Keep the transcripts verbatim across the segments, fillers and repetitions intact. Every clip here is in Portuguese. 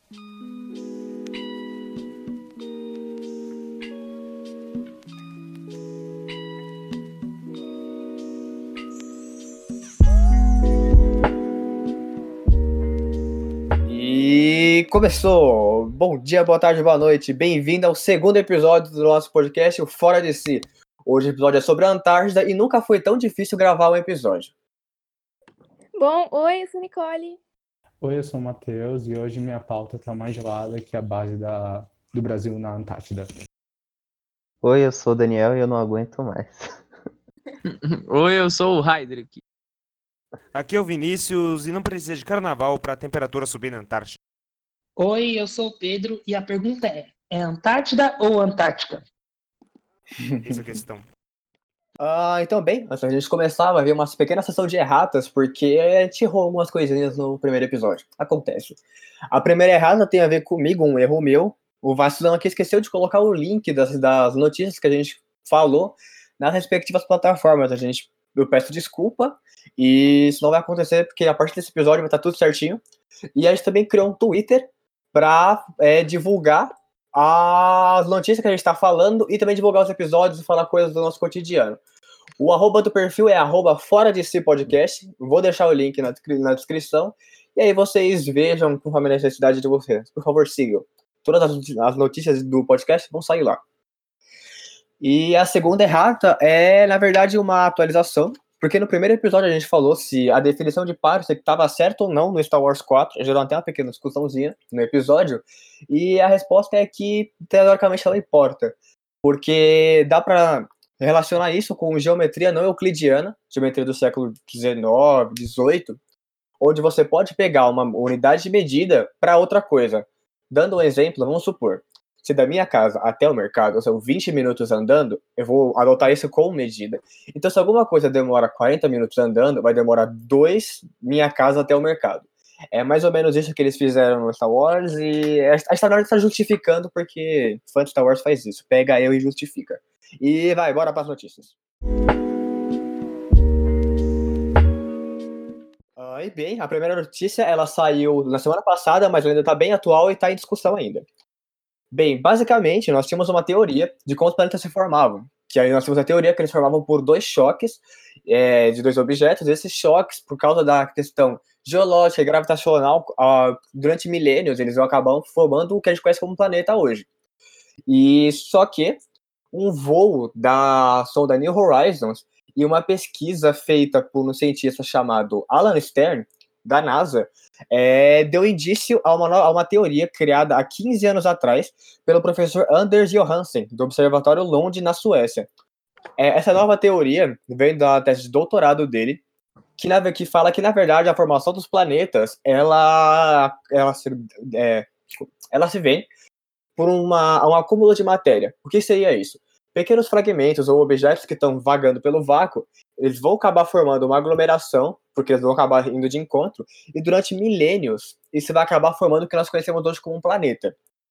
E começou! Bom dia, boa tarde, boa noite. Bem-vindo ao segundo episódio do nosso podcast, o Fora de Si. Hoje o episódio é sobre a Antártida e nunca foi tão difícil gravar um episódio. Bom, oi, eu sou Nicole. Oi, eu sou o Matheus e hoje minha pauta tá mais gelada que a base da, do Brasil na Antártida. Oi, eu sou o Daniel e eu não aguento mais. Oi, eu sou o Heidrich. Aqui é o Vinícius e não precisa de carnaval para a temperatura subir na Antártida. Oi, eu sou o Pedro e a pergunta é: é Antártida ou Antártica? Essa é a questão. Ah, então bem, antes da gente começar, vai haver uma pequena sessão de erratas, porque a gente errou algumas coisinhas no primeiro episódio. Acontece. A primeira errata tem a ver comigo, um erro meu. O vacilão aqui esqueceu de colocar o link das, das notícias que a gente falou nas respectivas plataformas. A gente, eu peço desculpa, e isso não vai acontecer, porque a partir desse episódio vai estar tudo certinho. E a gente também criou um Twitter para é, divulgar as notícias que a gente está falando e também divulgar os episódios e falar coisas do nosso cotidiano. O arroba do perfil é arroba fora de si podcast. Vou deixar o link na, na descrição. E aí vocês vejam conforme a necessidade de vocês. Por favor, sigam. Todas as, as notícias do podcast vão sair lá. E a segunda errata é, na verdade, uma atualização. Porque no primeiro episódio a gente falou se a definição de parse estava certa ou não no Star Wars quatro. Gerou até uma pequena discussãozinha no episódio. E a resposta é que, teoricamente, ela importa. Porque dá para relacionar isso com geometria não euclidiana, geometria do século dezenove, dezoito, onde você pode pegar uma unidade de medida para outra coisa. Dando um exemplo, vamos supor, se da minha casa até o mercado são vinte minutos andando, eu vou adotar isso como medida. Então, se alguma coisa demora quarenta minutos andando, vai demorar dois minha casa até o mercado. É mais ou menos isso que eles fizeram no Star Wars e a Star Wars está justificando porque fã de Star Wars faz isso, pega eu e justifica. E vai, bora para as notícias. Ah, e bem, a primeira notícia ela saiu na semana passada, mas ainda está bem atual e está em discussão ainda. Bem, basicamente, nós tínhamos uma teoria de como os planetas se formavam. Que aí nós temos a teoria que eles formavam por dois choques é, de dois objetos. Esses choques, por causa da questão geológica e gravitacional, uh, durante milênios, eles vão acabar formando o que a gente conhece como planeta hoje. E só que um voo da sonda New Horizons e uma pesquisa feita por um cientista chamado Alan Stern, da NASA, é, deu indício a uma, a uma teoria criada há quinze anos atrás pelo professor Anders Johansen, do Observatório Lund, na Suécia. É, essa nova teoria vem da tese de doutorado dele, que, na, que fala que, na verdade, a formação dos planetas, ela, ela, se, é, ela se vem por uma, um acúmulo de matéria. O que seria isso? Pequenos fragmentos ou objetos que estão vagando pelo vácuo, eles vão acabar formando uma aglomeração, porque eles vão acabar indo de encontro, e durante milênios, isso vai acabar formando o que nós conhecemos hoje como um planeta.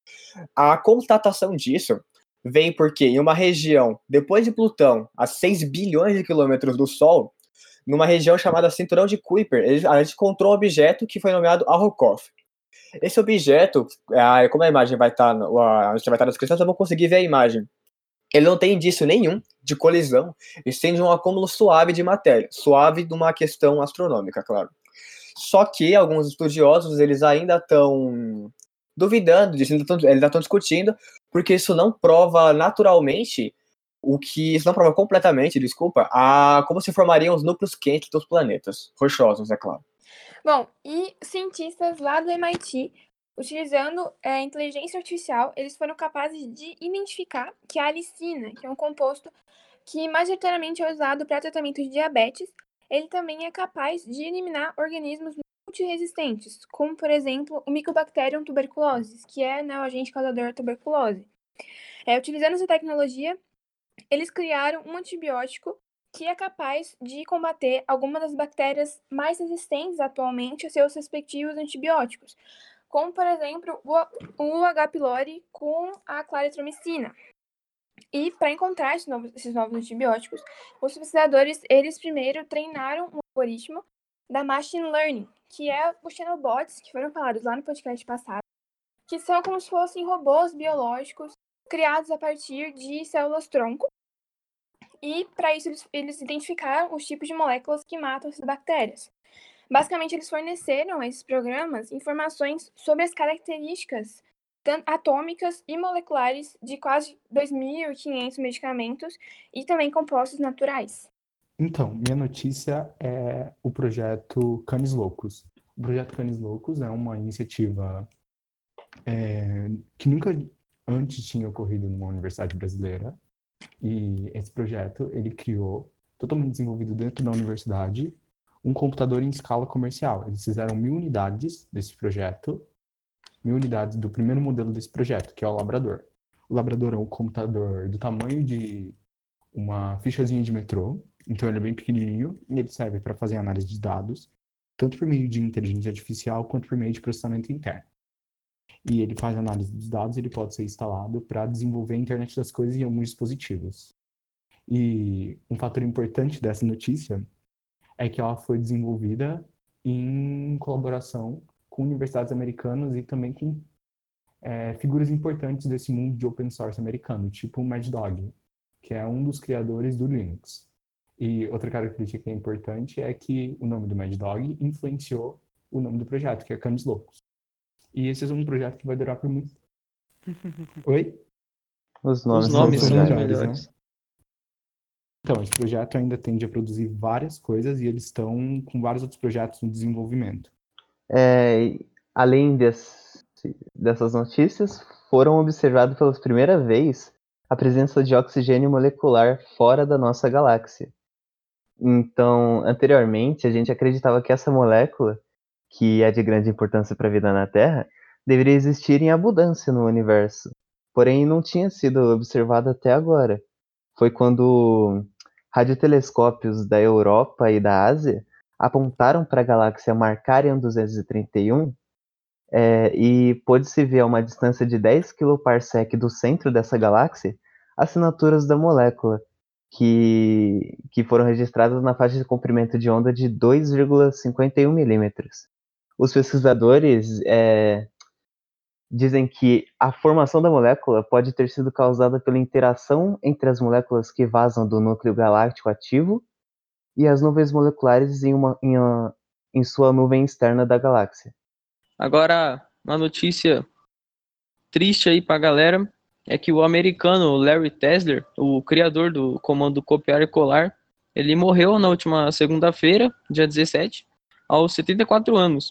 A constatação disso vem porque em uma região, depois de Plutão, a seis bilhões de quilômetros do Sol, numa região chamada Cinturão de Kuiper, a gente encontrou um objeto que foi nomeado Arrokoth. Esse objeto, como a imagem vai estar, a gente vai estar na descrição, vocês vão conseguir ver a imagem. Ele não tem indício nenhum de colisão, e sim de um acúmulo suave de matéria, suave de uma questão astronômica, claro. Só que alguns estudiosos, eles ainda estão duvidando disso, eles ainda estão discutindo, porque isso não prova naturalmente, o que isso não prova completamente, desculpa, a como se formariam os núcleos quentes dos planetas, rochosos, é claro. Bom, e cientistas lá do M I T, utilizando é, inteligência artificial, eles foram capazes de identificar que a alicina, que é um composto que majoritariamente é usado para tratamento de diabetes, ele também é capaz de eliminar organismos multiresistentes, como, por exemplo, o Mycobacterium tuberculosis, que é né, o agente causador da tuberculose. É, utilizando essa tecnologia, eles criaram um antibiótico que é capaz de combater algumas das bactérias mais resistentes atualmente a seus respectivos antibióticos, como, por exemplo, o H. pylori com a claritromicina. E para encontrar esses novos, esses novos antibióticos, os pesquisadores, eles primeiro treinaram um algoritmo da Machine Learning, que é os Xenobots, que foram falados lá no podcast passado, que são como se fossem robôs biológicos criados a partir de células-tronco. E, para isso, eles, eles identificaram os tipos de moléculas que matam essas bactérias. Basicamente, eles forneceram a esses programas informações sobre as características atômicas e moleculares de quase dois mil e quinhentos medicamentos e também compostos naturais. Então, minha notícia é o projeto Canis Locus. O projeto Canis Locus é uma iniciativa é, que nunca antes tinha ocorrido numa universidade brasileira. E esse projeto, ele criou, totalmente desenvolvido dentro da universidade, um computador em escala comercial. Eles fizeram mil unidades desse projeto, mil unidades do primeiro modelo desse projeto, que é o Labrador. O Labrador é um computador do tamanho de uma fichazinha de metrô, então ele é bem pequenininho e ele serve para fazer análise de dados, tanto por meio de inteligência artificial quanto por meio de processamento interno. E ele faz análise dos dados e ele pode ser instalado para desenvolver a internet das coisas em alguns dispositivos. E um fator importante dessa notícia é que ela foi desenvolvida em colaboração com universidades americanas e também com é, figuras importantes desse mundo de open source americano, tipo o Mad Dog, que é um dos criadores do Linux. E outra característica que é importante é que o nome do Mad Dog influenciou o nome do projeto, que é Canis Locus. E esse é um projeto que vai durar por muito... Oi? Os nomes, Os nomes são são os os melhores. melhores. né? Então, esse projeto ainda tende a produzir várias coisas e eles estão com vários outros projetos no desenvolvimento. É, além desse, dessas notícias, foram observados pela primeira vez a presença de oxigênio molecular fora da nossa galáxia. Então, anteriormente, a gente acreditava que essa molécula, que é de grande importância para a vida na Terra, deveria existir em abundância no universo. Porém, não tinha sido observada até agora. Foi quando radiotelescópios da Europa e da Ásia apontaram para a galáxia Markarian duzentos e trinta e um é, e pôde-se ver a uma distância de dez quiloparsec do centro dessa galáxia assinaturas da molécula, que, que foram registradas na faixa de comprimento de onda de dois vírgula cinquenta e um milímetros. Os pesquisadores é, dizem que a formação da molécula pode ter sido causada pela interação entre as moléculas que vazam do núcleo galáctico ativo e as nuvens moleculares em, uma, em, uma, em sua nuvem externa da galáxia. Agora, uma notícia triste aí pra galera é que o americano Larry Tesler, o criador do comando copiar e colar, ele morreu na última segunda-feira, dia dezessete, aos setenta e quatro anos.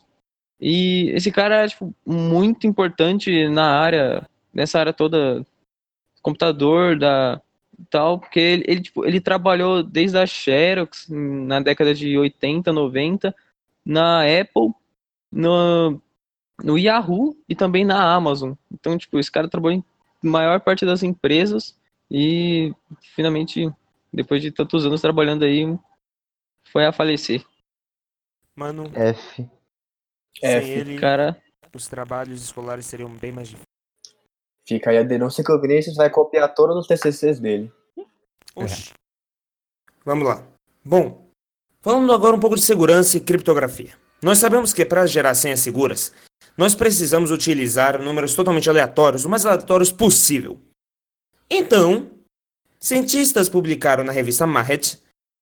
E esse cara é tipo, muito importante na área, nessa área toda, computador, da tal, porque ele, ele, tipo, ele trabalhou desde a Xerox, na década de oitenta, noventa, na Apple, no, no Yahoo e também na Amazon. Então, tipo, esse cara trabalhou em maior parte das empresas e finalmente, depois de tantos anos trabalhando aí, foi a falecer. Mano, F. sem F. ele, Cara, os trabalhos escolares seriam bem mais difíceis. Fica aí a denúncia que o Vinícius vai copiar todos os T C Cs dele. Oxi. Vamos lá. Bom, falando agora um pouco de segurança e criptografia. Nós sabemos que para gerar senhas seguras, nós precisamos utilizar números totalmente aleatórios, o mais aleatórios possível. Então, cientistas publicaram na revista Mahet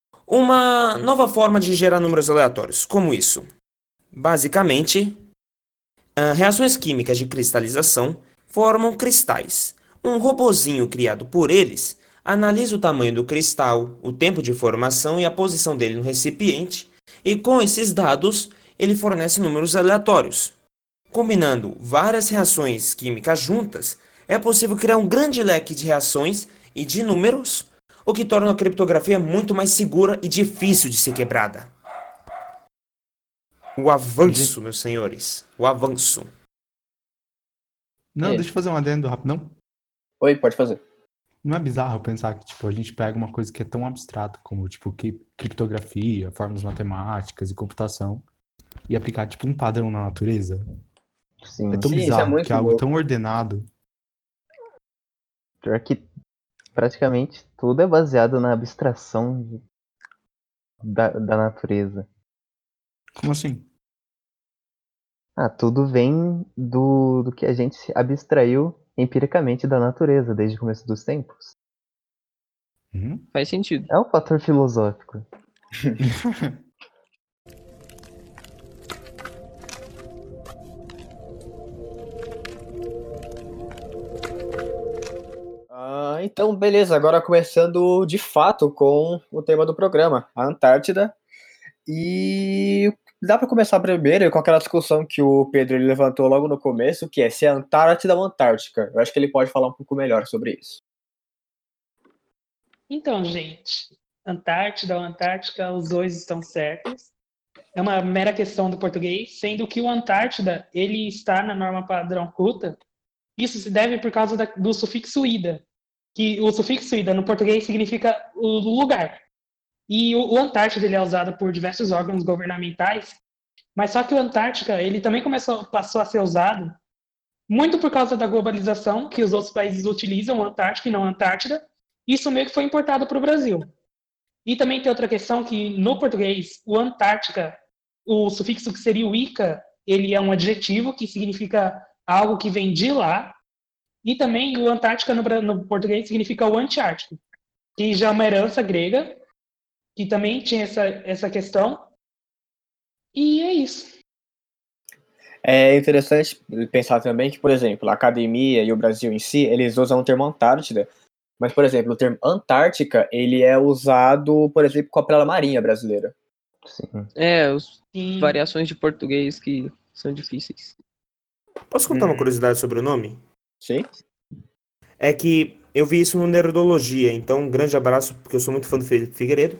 uma nova forma de gerar números aleatórios. Como isso? Basicamente, uh, reações químicas de cristalização formam cristais. Um robozinho criado por eles analisa o tamanho do cristal, o tempo de formação e a posição dele no recipiente, e com esses dados, ele fornece números aleatórios. Combinando várias reações químicas juntas, é possível criar um grande leque de reações e de números, o que torna a criptografia muito mais segura e difícil de ser quebrada. O avanço, meus senhores, o avanço. Não, É. deixa eu fazer um adendo rapidão. Oi, pode fazer. Não é bizarro pensar que, tipo, a gente pega uma coisa que é tão abstrata como, tipo, cri- criptografia, fórmulas matemáticas e computação e aplicar, tipo, um padrão na natureza? Sim. É tão Sim, isso é bizarro, muito que é algo louco. tão ordenado. Pior que praticamente tudo é baseado na abstração de- da, da natureza. Como assim? Ah, tudo vem do, do que a gente abstraiu empiricamente da natureza desde o começo dos tempos. Hum? Faz sentido. É um fator filosófico. Ah, então, beleza. Agora começando de fato com o tema do programa, a Antártida. E dá para começar primeiro com aquela discussão que o Pedro ele levantou logo no começo, que é se é Antártida ou Antártica. Eu acho que ele pode falar um pouco melhor sobre isso. Então, gente, Antártida ou Antártica, os dois estão certos. É uma mera questão do português, sendo que o Antártida, ele está na norma padrão culta. Isso se deve por causa da, do sufixo ida, que o sufixo ida no português significa o lugar. E o, o Antártida ele é usado por diversos órgãos governamentais, mas só que o Antártica ele também começou, passou a ser usado muito por causa da globalização, que os outros países utilizam o Antártica e não a Antártida. Isso meio que foi importado para o Brasil. E também tem outra questão que no português, o Antártica, o sufixo que seria o ica, ele é um adjetivo que significa algo que vem de lá. E também o Antártica no, no português significa o antiártico, que já é uma herança grega, que também tinha essa, essa questão. E é isso. É interessante pensar também que, por exemplo, a academia e o Brasil em si, eles usam o termo Antártida, mas, por exemplo, o termo Antártica, ele é usado, por exemplo, com a Praia Marinha brasileira. Sim. É, as Sim. variações de português que são difíceis. Posso contar uma Hum. curiosidade sobre o nome? Sim? É que eu vi isso no Nerdologia, então um grande abraço, porque eu sou muito fã do Felipe Figueiredo.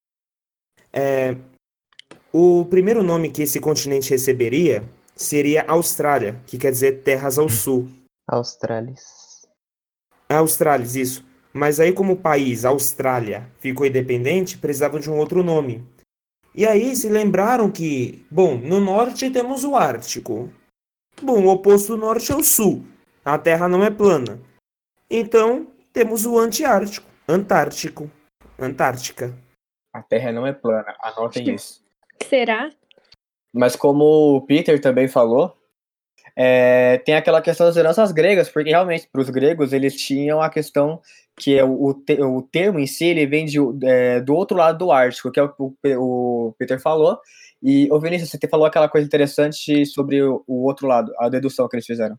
É, o primeiro nome que esse continente receberia seria Austrália, que quer dizer terras ao sul. Australis. Australis, isso. Mas aí, como o país, Austrália, ficou independente, precisavam de um outro nome. E aí se lembraram que, bom, no norte temos o Ártico. Bom, o oposto do norte é o sul. A Terra não é plana. Então, temos o antiártico, Antártico, Antártica. A Terra não é plana, anotem isso. Será? Mas como o Peter também falou, é, tem aquela questão das heranças gregas, porque realmente, para os gregos, eles tinham a questão que é o, te, o termo em si, ele vem de, é, do outro lado do Ártico, que é o que o, o Peter falou. E, ô Vinícius, você falou aquela coisa interessante sobre o, o outro lado, a dedução que eles fizeram.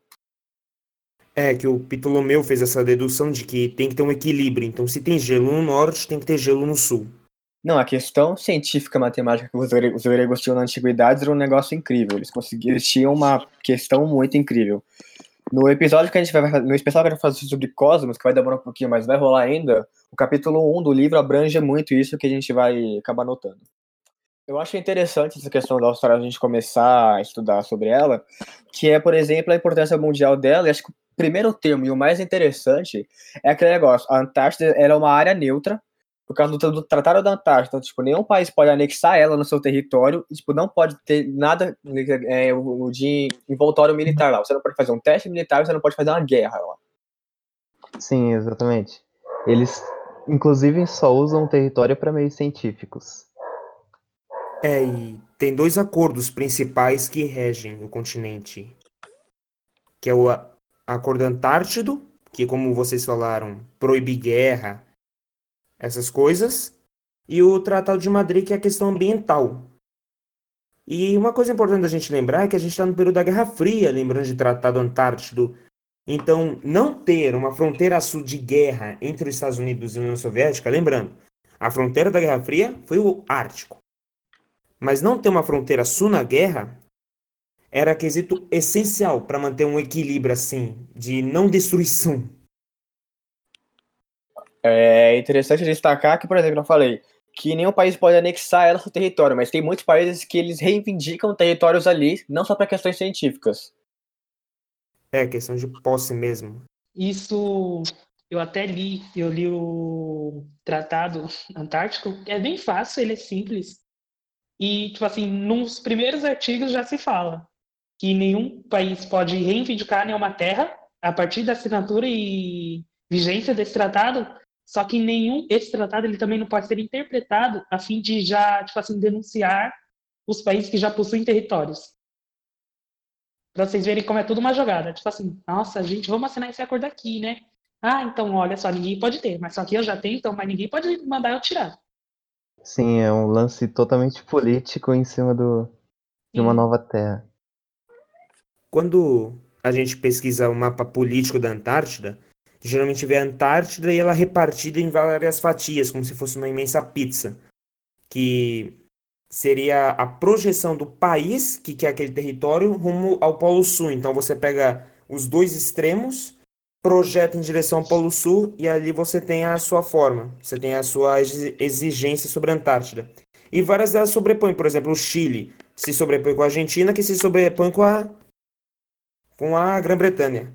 É, que o Ptolomeu fez essa dedução de que tem que ter um equilíbrio. Então, se tem gelo no norte, tem que ter gelo no sul. Não, a questão científica matemática que os gregos, os gregos tinham na antiguidade era um negócio incrível. Eles conseguiram, eles tinham uma questão muito incrível. No episódio que a gente vai no especial que a gente vai fazer sobre Cosmos, que vai demorar um pouquinho, mas vai rolar ainda, o capítulo um do livro abrange muito isso que a gente vai acabar notando. Eu acho interessante essa questão da Austrália, a gente começar a estudar sobre ela, que é, por exemplo, a importância mundial dela, e acho que o primeiro termo e o mais interessante é aquele negócio, a Antártida ela é uma área neutra, por causa do, do Tratado da Antártida, então, tipo, nenhum país pode anexar ela no seu território, e, tipo, não pode ter nada é, de envoltório militar lá, você não pode fazer um teste militar, você não pode fazer uma guerra lá. Sim, exatamente. Eles, inclusive, só usam o território para meios científicos. É, e tem dois acordos principais que regem o continente. Que é o a- Acordo Antártido, que, como vocês falaram, proíbe guerra, essas coisas. E o Tratado de Madrid, que é a questão ambiental. E uma coisa importante da gente lembrar é que a gente está no período da Guerra Fria, lembrando de Tratado Antártido. Então, não ter uma fronteira sul de guerra entre os Estados Unidos e a União Soviética, lembrando, a fronteira da Guerra Fria foi o Ártico. Mas não ter uma fronteira sul na guerra era quesito essencial para manter um equilíbrio assim, de não destruição. É interessante destacar que, por exemplo, eu falei que nenhum país pode anexar ela ao seu território, mas tem muitos países que eles reivindicam territórios ali, não só para questões científicas. É, questão de posse mesmo. Isso eu até li, eu li o Tratado Antártico, é bem fácil, ele é simples. E, tipo assim, nos primeiros artigos já se fala que nenhum país pode reivindicar nenhuma terra a partir da assinatura e vigência desse tratado, só que nenhum, esse tratado ele também não pode ser interpretado a fim de já, tipo assim, denunciar os países que já possuem territórios. Pra vocês verem como é tudo uma jogada. Tipo assim, nossa, gente, vamos assinar esse acordo aqui, né? Ah, então, olha só, ninguém pode ter. Mas só que eu já tenho, então, mas ninguém pode mandar eu tirar. Sim, é um lance totalmente político em cima do, de uma Sim. nova terra. Quando a gente pesquisa o mapa político da Antártida, geralmente vê a Antártida e ela é repartida em várias fatias, como se fosse uma imensa pizza, que seria a projeção do país que quer aquele território rumo ao Polo Sul. Então você pega os dois extremos, projeta em direção ao Polo Sul e ali você tem a sua forma, você tem a sua exi- exigência sobre a Antártida. E várias delas sobrepõem, por exemplo, o Chile se sobrepõe com a Argentina, que se sobrepõe com a, com a Grã-Bretanha.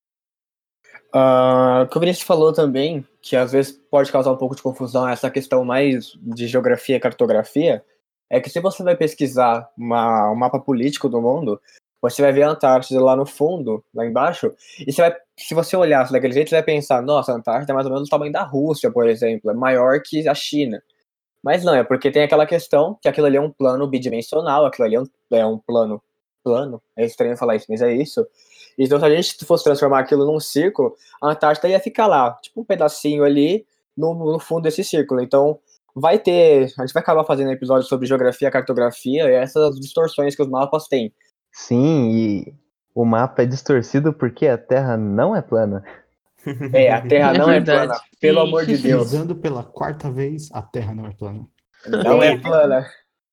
Ah, o que o Vinícius falou também, que às vezes pode causar um pouco de confusão, essa questão mais de geografia e cartografia, é que se você vai pesquisar uma, um mapa político do mundo, você vai ver a Antártida lá no fundo, lá embaixo, e você vai, se você olhar daquele jeito, você vai pensar, nossa, a Antártida é mais ou menos o tamanho da Rússia, por exemplo, é maior que a China. Mas não, é porque tem aquela questão que aquilo ali é um plano bidimensional, aquilo ali é um, é um plano plano, é estranho falar isso, mas é isso. Então, se a gente fosse transformar aquilo num círculo, a Antártida ia ficar lá, tipo um pedacinho ali no, no fundo desse círculo. Então, vai ter. A gente vai acabar fazendo episódios sobre geografia, cartografia e essas distorções que os mapas têm. Sim, e o mapa é distorcido porque a Terra não é plana. É, a Terra É não é verdade. plana, pelo Sim. amor de Deus. Pisando pela quarta vez, a Terra não é plana. Não é plana.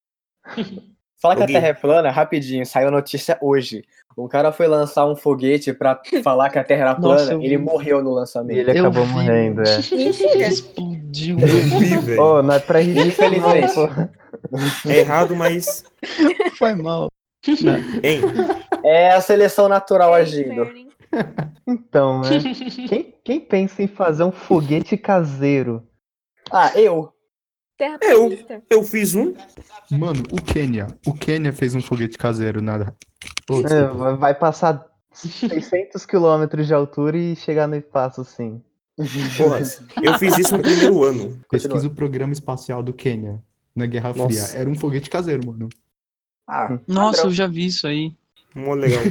Fala que Ô, a Gui. Terra é plana, rapidinho, saiu notícia hoje. Um cara foi lançar um foguete pra falar que a Terra era Nossa, plana, eu ele vi. morreu no E lançamento. ele Eu acabou vi, morrendo, é. Mentira. Explodiu. Eu vi, velho. Oh, não é pra rir disso não, Infelizmente. pô. É errado, mas. Foi mal. Não. Hein? É a seleção natural É agindo. inferno, hein? Então, né? Quem, quem pensa em fazer um foguete caseiro? Ah, eu. Terraplanista. Eu fiz um. Mano, o Quênia. O Quênia fez um foguete caseiro, nada. Oh, É, desculpa. vai- vai passar seiscentos quilômetros de altura e chegar no espaço, sim. Porra, eu fiz isso no primeiro ano. Pesquisa o programa espacial do Quênia na Guerra Nossa. Fria. Era um foguete caseiro, mano. Ah, Nossa, padrão. eu já vi isso aí. Mó legal.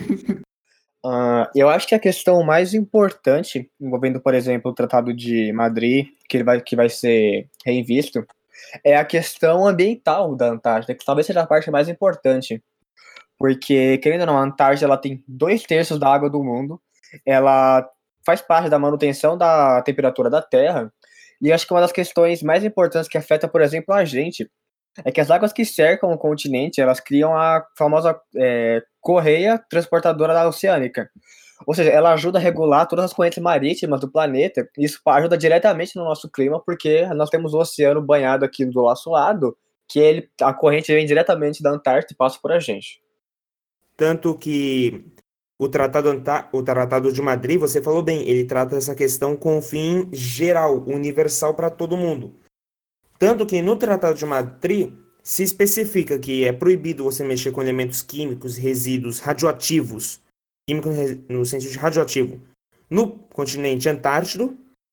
Ah, eu acho que a questão mais importante, envolvendo, por exemplo, o Tratado de Madrid, que ele vai, que vai ser revisto, é a questão ambiental da Antártida, que talvez seja a parte mais importante. Porque, querendo ou não, a Antártida ela tem dois terços da água do mundo, ela faz parte da manutenção da temperatura da Terra, e acho que uma das questões mais importantes que afeta, por exemplo, a gente, é que as águas que cercam o continente, elas criam a famosa é, correia transportadora da oceânica. Ou seja, ela ajuda a regular todas as correntes marítimas do planeta, e isso ajuda diretamente no nosso clima, porque nós temos o oceano banhado aqui do nosso lado, que ele, a corrente vem diretamente da Antártida e passa por a gente. Tanto que o Tratado, Anta- o Tratado de Madrid, você falou bem, ele trata essa questão com um fim geral, universal para todo mundo. Tanto que no Tratado de Madrid se especifica que é proibido você mexer com elementos químicos, resíduos radioativos, químico no sentido de radioativo, no continente Antártido,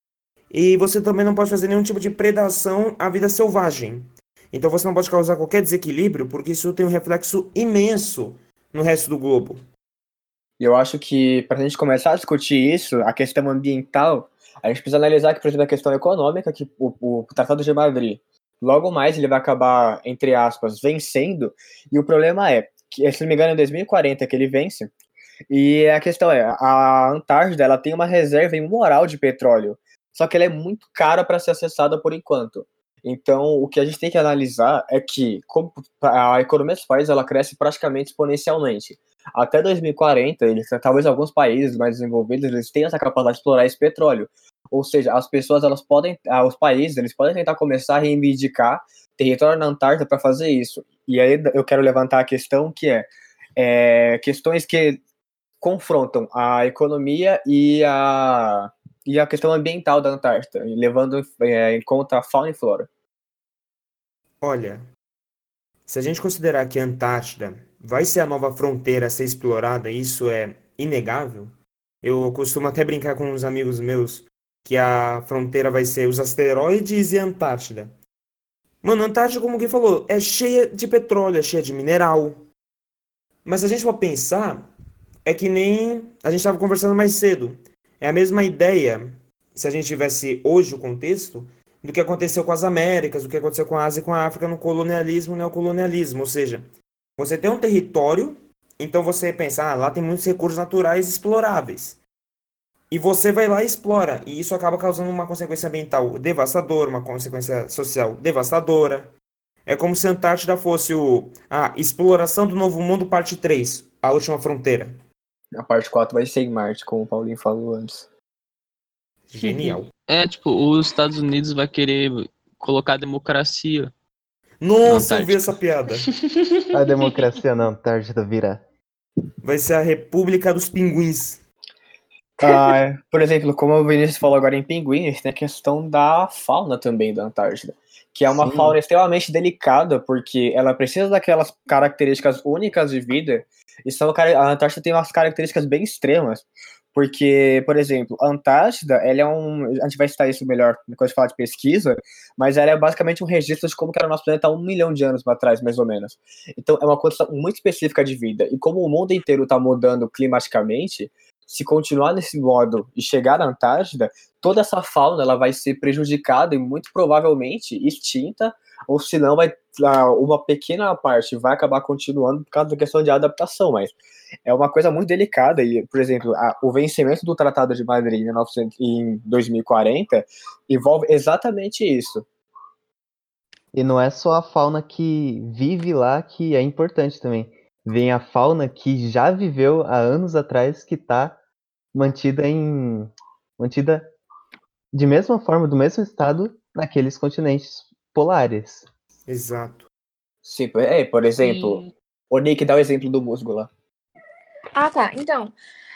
e você também não pode fazer nenhum tipo de predação à vida selvagem. Então você não pode causar qualquer desequilíbrio, porque isso tem um reflexo imenso no resto do globo. E eu acho que, para a gente começar a discutir isso, a questão ambiental, a gente precisa analisar que, por exemplo, a questão econômica, que o, o Tratado de Madrid, logo mais ele vai acabar, entre aspas, vencendo, e o problema é, que, se não me engano, em dois mil e quarenta que ele vence, e a questão é, a Antártida ela tem uma reserva imoral de petróleo, só que ela é muito cara para ser acessada por enquanto. Então, o que a gente tem que analisar é que como a economia dos países ela cresce praticamente exponencialmente. Até dois mil e quarenta, eles, talvez alguns países mais desenvolvidos eles tenham essa capacidade de explorar esse petróleo. Ou seja, as pessoas elas podem, os países eles podem tentar começar a reivindicar território na Antártida para fazer isso. E aí eu quero levantar a questão que é, é questões que confrontam a economia e a, e a questão ambiental da Antártida, levando é, em conta a fauna e flora. Olha, se a gente considerar que a Antártida vai ser a nova fronteira a ser explorada, isso é inegável. Eu costumo até brincar com uns amigos meus que a fronteira vai ser os asteroides e a Antártida. Mano, a Antártida, como quem falou, é cheia de petróleo, é cheia de mineral. Mas se a gente for pensar, é que nem a gente estava conversando mais cedo. É a mesma ideia, se a gente tivesse hoje o contexto, do que aconteceu com as Américas, do que aconteceu com a Ásia e com a África no colonialismo e neocolonialismo. Ou seja, você tem um território, então você pensa, ah, lá tem muitos recursos naturais exploráveis. E você vai lá e explora. E isso acaba causando uma consequência ambiental devastadora, uma consequência social devastadora. É como se a Antártida fosse o, a exploração do Novo Mundo, parte três, a última fronteira. A parte quatro vai ser em Marte, como o Paulinho falou antes. Genial. É, tipo, os Estados Unidos vai querer colocar democracia. Nossa, eu vi Antártica. essa piada. A democracia na Antártida virá. Vai ser a República dos Pinguins. Ah, é. Por exemplo, como o Vinícius falou agora em pinguins, tem a questão da fauna também da Antártida, que é uma Sim. fauna extremamente delicada, porque ela precisa daquelas características únicas de vida, e são, cara- a Antártida tem umas características bem extremas, porque, por exemplo, a Antártida, ela é um, a gente vai citar isso melhor quando a gente falar de pesquisa, mas ela é basicamente um registro de como que era o nosso planeta há um milhão de anos atrás, mais ou menos. Então, é uma condição muito específica de vida, e como o mundo inteiro está mudando climaticamente, se continuar nesse modo e chegar na Antártida, toda essa fauna ela vai ser prejudicada e muito provavelmente extinta, ou se não, vai, ah, uma pequena parte vai acabar continuando por causa da questão de adaptação, mas é uma coisa muito delicada e, por exemplo, a, o vencimento do Tratado de Madrid em, mil e novecentos em dois mil e quarenta envolve exatamente isso. E não é só a fauna que vive lá que é importante também. Vem a fauna que já viveu há anos atrás que está mantida em mantida de mesma forma, do mesmo estado naqueles continentes polares. Exato. Sim, é, por exemplo, E o Nick dá o exemplo do musgo lá. Ah, tá. Então,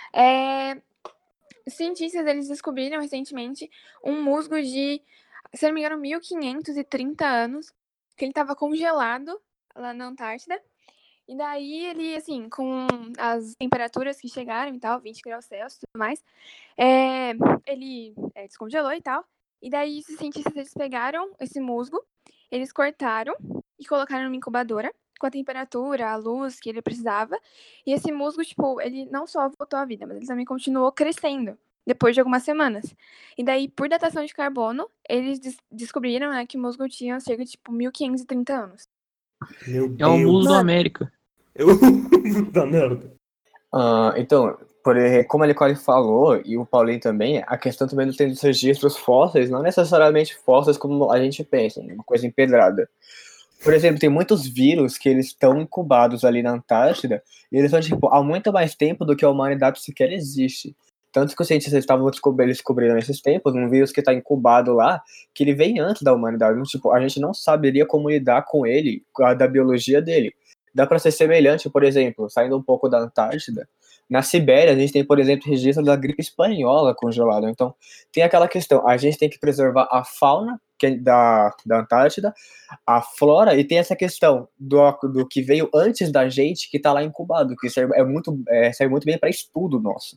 é, os cientistas eles descobriram recentemente um musgo de, se não me engano, mil quinhentos e trinta anos, que ele estava congelado lá na Antártida. E daí ele, assim, com as temperaturas que chegaram e tal, vinte graus Celsius e tudo mais, é, ele é, descongelou e tal. E daí esses cientistas eles pegaram esse musgo, eles cortaram e colocaram numa incubadora com a temperatura, a luz que ele precisava. E esse musgo, tipo, ele não só voltou à vida, mas ele também continuou crescendo depois de algumas semanas. E daí, por datação de carbono, eles des descobriram, né, que o musgo tinha cerca de, tipo, mil quinhentos e trinta anos. Meu É o mulo Deus. do Mano. América. Eu... Puta merda. Ah, então, por, como ele quase falou, e o Paulinho também, a questão também não tem dos registros fósseis, não necessariamente fósseis como a gente pensa, né, uma coisa empedrada. Por exemplo, tem muitos vírus que eles estão incubados ali na Antártida, e eles estão, tipo, há muito mais tempo do que a humanidade sequer existe. Tanto que os cientistas estavam descobrindo, descobrindo nesses tempos um vírus que está incubado lá, que ele vem antes da humanidade. Então, tipo, a gente não saberia como lidar com ele, com a da biologia dele. Dá para ser semelhante, por exemplo, saindo um pouco da Antártida, na Sibéria a gente tem, por exemplo, registro da gripe espanhola congelada. Então, tem aquela questão, a gente tem que preservar a fauna que é da, da Antártida, a flora, e tem essa questão do, do que veio antes da gente, que está lá incubado, que serve, é muito, é, serve muito bem para estudo nosso.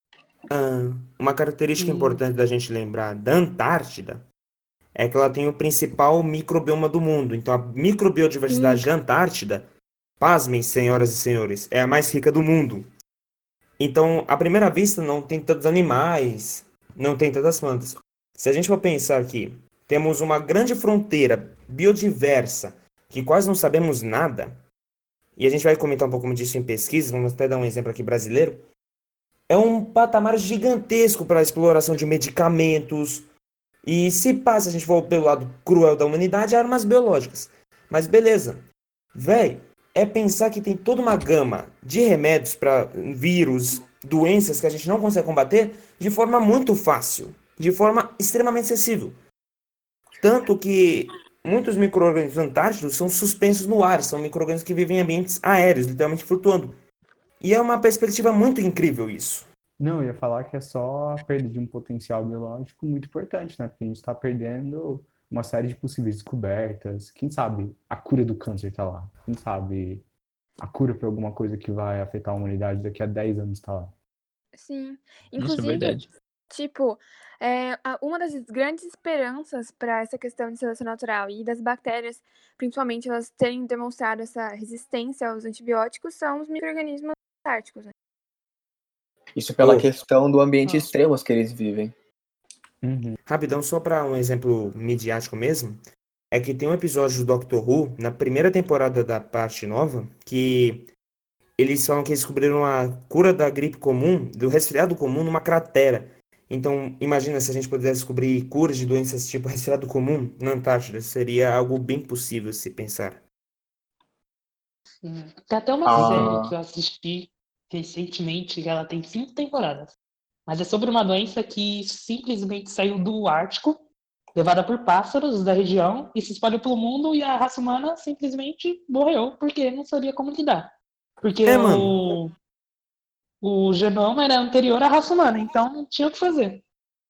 Ah, uma característica Sim. importante da gente lembrar da Antártida é que ela tem o principal microbioma do mundo. Então, a microbiodiversidade da Antártida, pasmem, senhoras e senhores, é a mais rica do mundo. Então, à primeira vista, não tem tantos animais, não tem tantas plantas. Se a gente for pensar que temos uma grande fronteira biodiversa, que quase não sabemos nada, e a gente vai comentar um pouco disso em pesquisa, vamos até dar um exemplo aqui brasileiro, é um patamar gigantesco para a exploração de medicamentos, e se passa, a gente for pelo lado cruel da humanidade, armas biológicas. Mas beleza, véi, é pensar que tem toda uma gama de remédios para vírus, doenças que a gente não consegue combater de forma muito fácil, de forma extremamente acessível. Tanto que muitos micro-organismos antárticos são suspensos no ar, são micro-organismos que vivem em ambientes aéreos, literalmente flutuando. E é uma perspectiva muito incrível isso. Não, eu ia falar que é só a perda de um potencial biológico muito importante, né? Porque a gente está perdendo uma série de possíveis descobertas. Quem sabe a cura do câncer está lá? Quem sabe a cura para alguma coisa que vai afetar a humanidade daqui a dez anos está lá? Sim. Isso é Inclusive, verdade. tipo, é, a- uma das grandes esperanças para essa questão de seleção natural e das bactérias, principalmente elas terem demonstrado essa resistência aos antibióticos, são os micro-organismos antárticos, né? Isso pela Ô. questão do ambiente Ah. extremos que eles vivem. Uhum. Rapidão, só para um exemplo midiático mesmo, é que tem um episódio do Doctor Who, na primeira temporada da parte nova, que eles falam que eles descobriram a cura da gripe comum, do resfriado comum, numa cratera. Então, imagina se a gente pudesse descobrir curas de doenças tipo resfriado comum na Antártida. Seria algo bem possível se pensar. Sim. Tem até uma Ah. série que eu assisti recentemente, que ela tem cinco temporadas. Mas é sobre uma doença que simplesmente saiu do Ártico, levada por pássaros da região, e se espalhou pelo mundo, e a raça humana simplesmente morreu, porque não sabia como lidar. Porque É, mano. o, o genoma era anterior à raça humana, então não tinha o que fazer.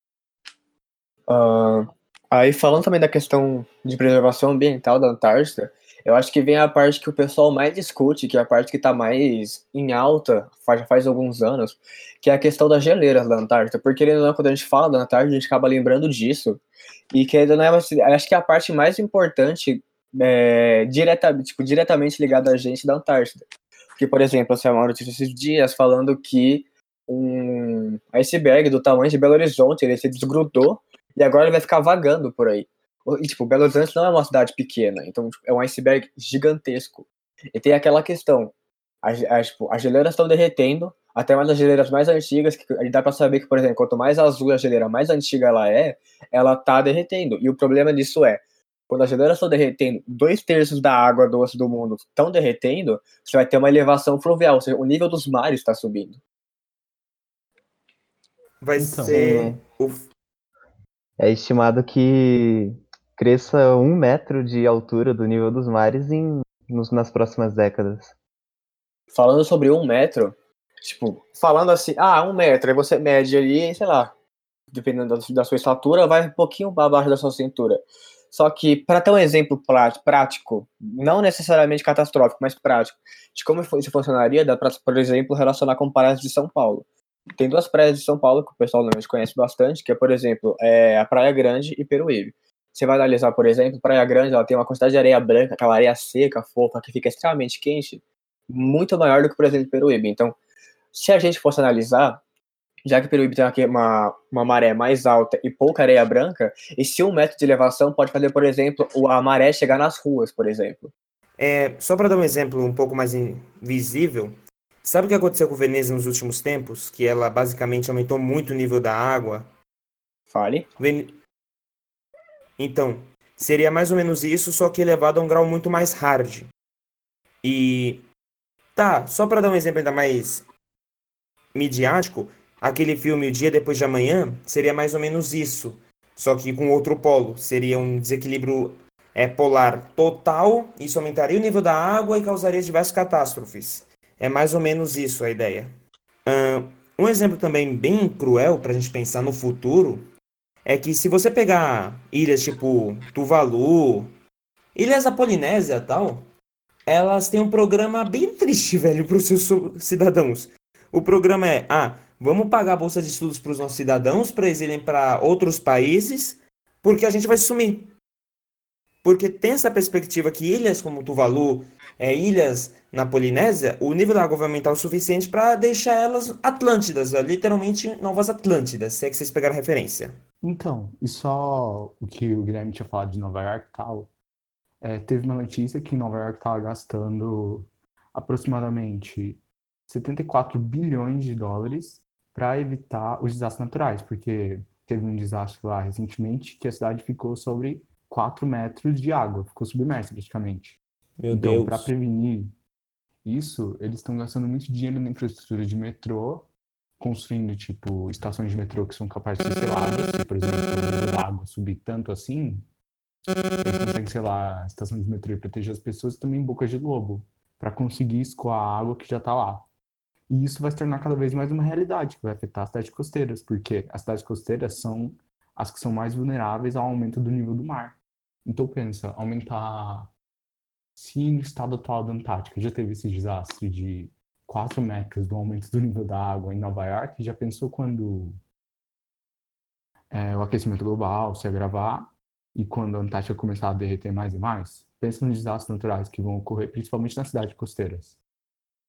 Ah, aí, falando também da questão de preservação ambiental da Antártida, eu acho que vem a parte que o pessoal mais discute, que é a parte que está mais em alta faz, faz alguns anos, que é a questão das geleiras da Antártida. Porque, querendo ou não, quando a gente fala da Antártida, a gente acaba lembrando disso. E querendo ou não, assim, acho que é a parte mais importante, é, direta, tipo, diretamente ligada a gente da Antártida. Porque, por exemplo, assim, uma notícia esses dias falando que um iceberg do tamanho de Belo Horizonte, ele se desgrudou e agora ele vai ficar vagando por aí. E, tipo, Belo Horizonte não é uma cidade pequena, então tipo, é um iceberg gigantesco. E tem aquela questão, as, as, tipo, as geleiras estão derretendo, até uma das geleiras mais antigas, que a gente dá pra saber que, por exemplo, quanto mais azul a geleira, mais antiga ela é, ela tá derretendo. E o problema disso é, quando as geleiras estão derretendo, dois terços da água doce do mundo estão derretendo, você vai ter uma elevação fluvial, ou seja, o nível dos mares está subindo. Vai Então. ser. O... É estimado que cresça um metro de altura do nível dos mares em, nos- nas próximas décadas. Falando sobre um metro, tipo, falando assim, ah, um metro, aí você mede ali, sei lá, dependendo da, da sua estatura, vai um pouquinho abaixo da sua cintura. Só que, para ter um exemplo prá- prático, não necessariamente catastrófico, mas prático, de como isso funcionaria, dá para, por exemplo, relacionar com praias de São Paulo. Tem duas praias de São Paulo que o pessoal normalmente conhece bastante, que é, por exemplo, é a Praia Grande e Peruíbe. Você vai analisar, por exemplo, Praia Grande, ela tem uma quantidade de areia branca, aquela areia seca, fofa, que fica extremamente quente, muito maior do que, por exemplo, Peruíbe. Então, se a gente fosse analisar, já que Peruíbe tem aqui uma, uma maré mais alta e pouca areia branca, esse um metro de elevação pode fazer, por exemplo, a maré chegar nas ruas, por exemplo. É, só para dar um exemplo um pouco mais visível, sabe o que aconteceu com Veneza nos últimos tempos? Que ela basicamente aumentou muito o nível da água. Fale. Ven- Então, seria mais ou menos isso, só que elevado a um grau muito mais hard. E tá, só para dar um exemplo ainda mais midiático, aquele filme O Dia Depois de Amanhã seria mais ou menos isso, só que com outro polo. Seria um desequilíbrio é, polar total, isso aumentaria o nível da água e causaria diversas catástrofes. É mais ou menos isso a ideia. Ahn, um exemplo também bem cruel para a gente pensar no futuro é que se você pegar ilhas tipo Tuvalu, ilhas da Polinésia e tal, elas têm um programa bem triste, velho, para os seus so- cidadãos. O programa é, ah, vamos pagar a bolsa de estudos para os nossos cidadãos para eles irem para outros países, porque a gente vai sumir. Porque tem essa perspectiva que ilhas como Tuvalu, é, ilhas na Polinésia, o nível da água vai aumentar o suficiente para deixar elas Atlântidas, ó, literalmente novas Atlântidas, se é que vocês pegaram referência. Então, e só o que o Guilherme tinha falado de Nova York e tal, é, teve uma notícia que Nova York estava gastando aproximadamente setenta e quatro bilhões de dólares para evitar os desastres naturais, porque teve um desastre lá recentemente que a cidade ficou sobre quatro metros de água, ficou submersa praticamente. Meu Então, para Deus. prevenir isso, eles estão gastando muito dinheiro na infraestrutura de metrô, construindo, tipo, estações de metrô que são capazes de ser seladas. Se, por exemplo, o nível da água subir tanto assim, eles conseguem selar a estação de metrô e proteger as pessoas e também bocas de lobo, para conseguir escoar a água que já está lá. E isso vai se tornar cada vez mais uma realidade, que vai afetar as cidades costeiras, porque as cidades costeiras são as que são mais vulneráveis ao aumento do nível do mar. Então, pensa, aumentar. Se no estado atual da Antártica já teve esse desastre de quatro metros do aumento do nível da água em Nova York, já pensou quando é, o aquecimento global se agravar e quando a Antártica começar a derreter mais e mais? Pensa nos desastres naturais que vão ocorrer, principalmente nas cidades costeiras.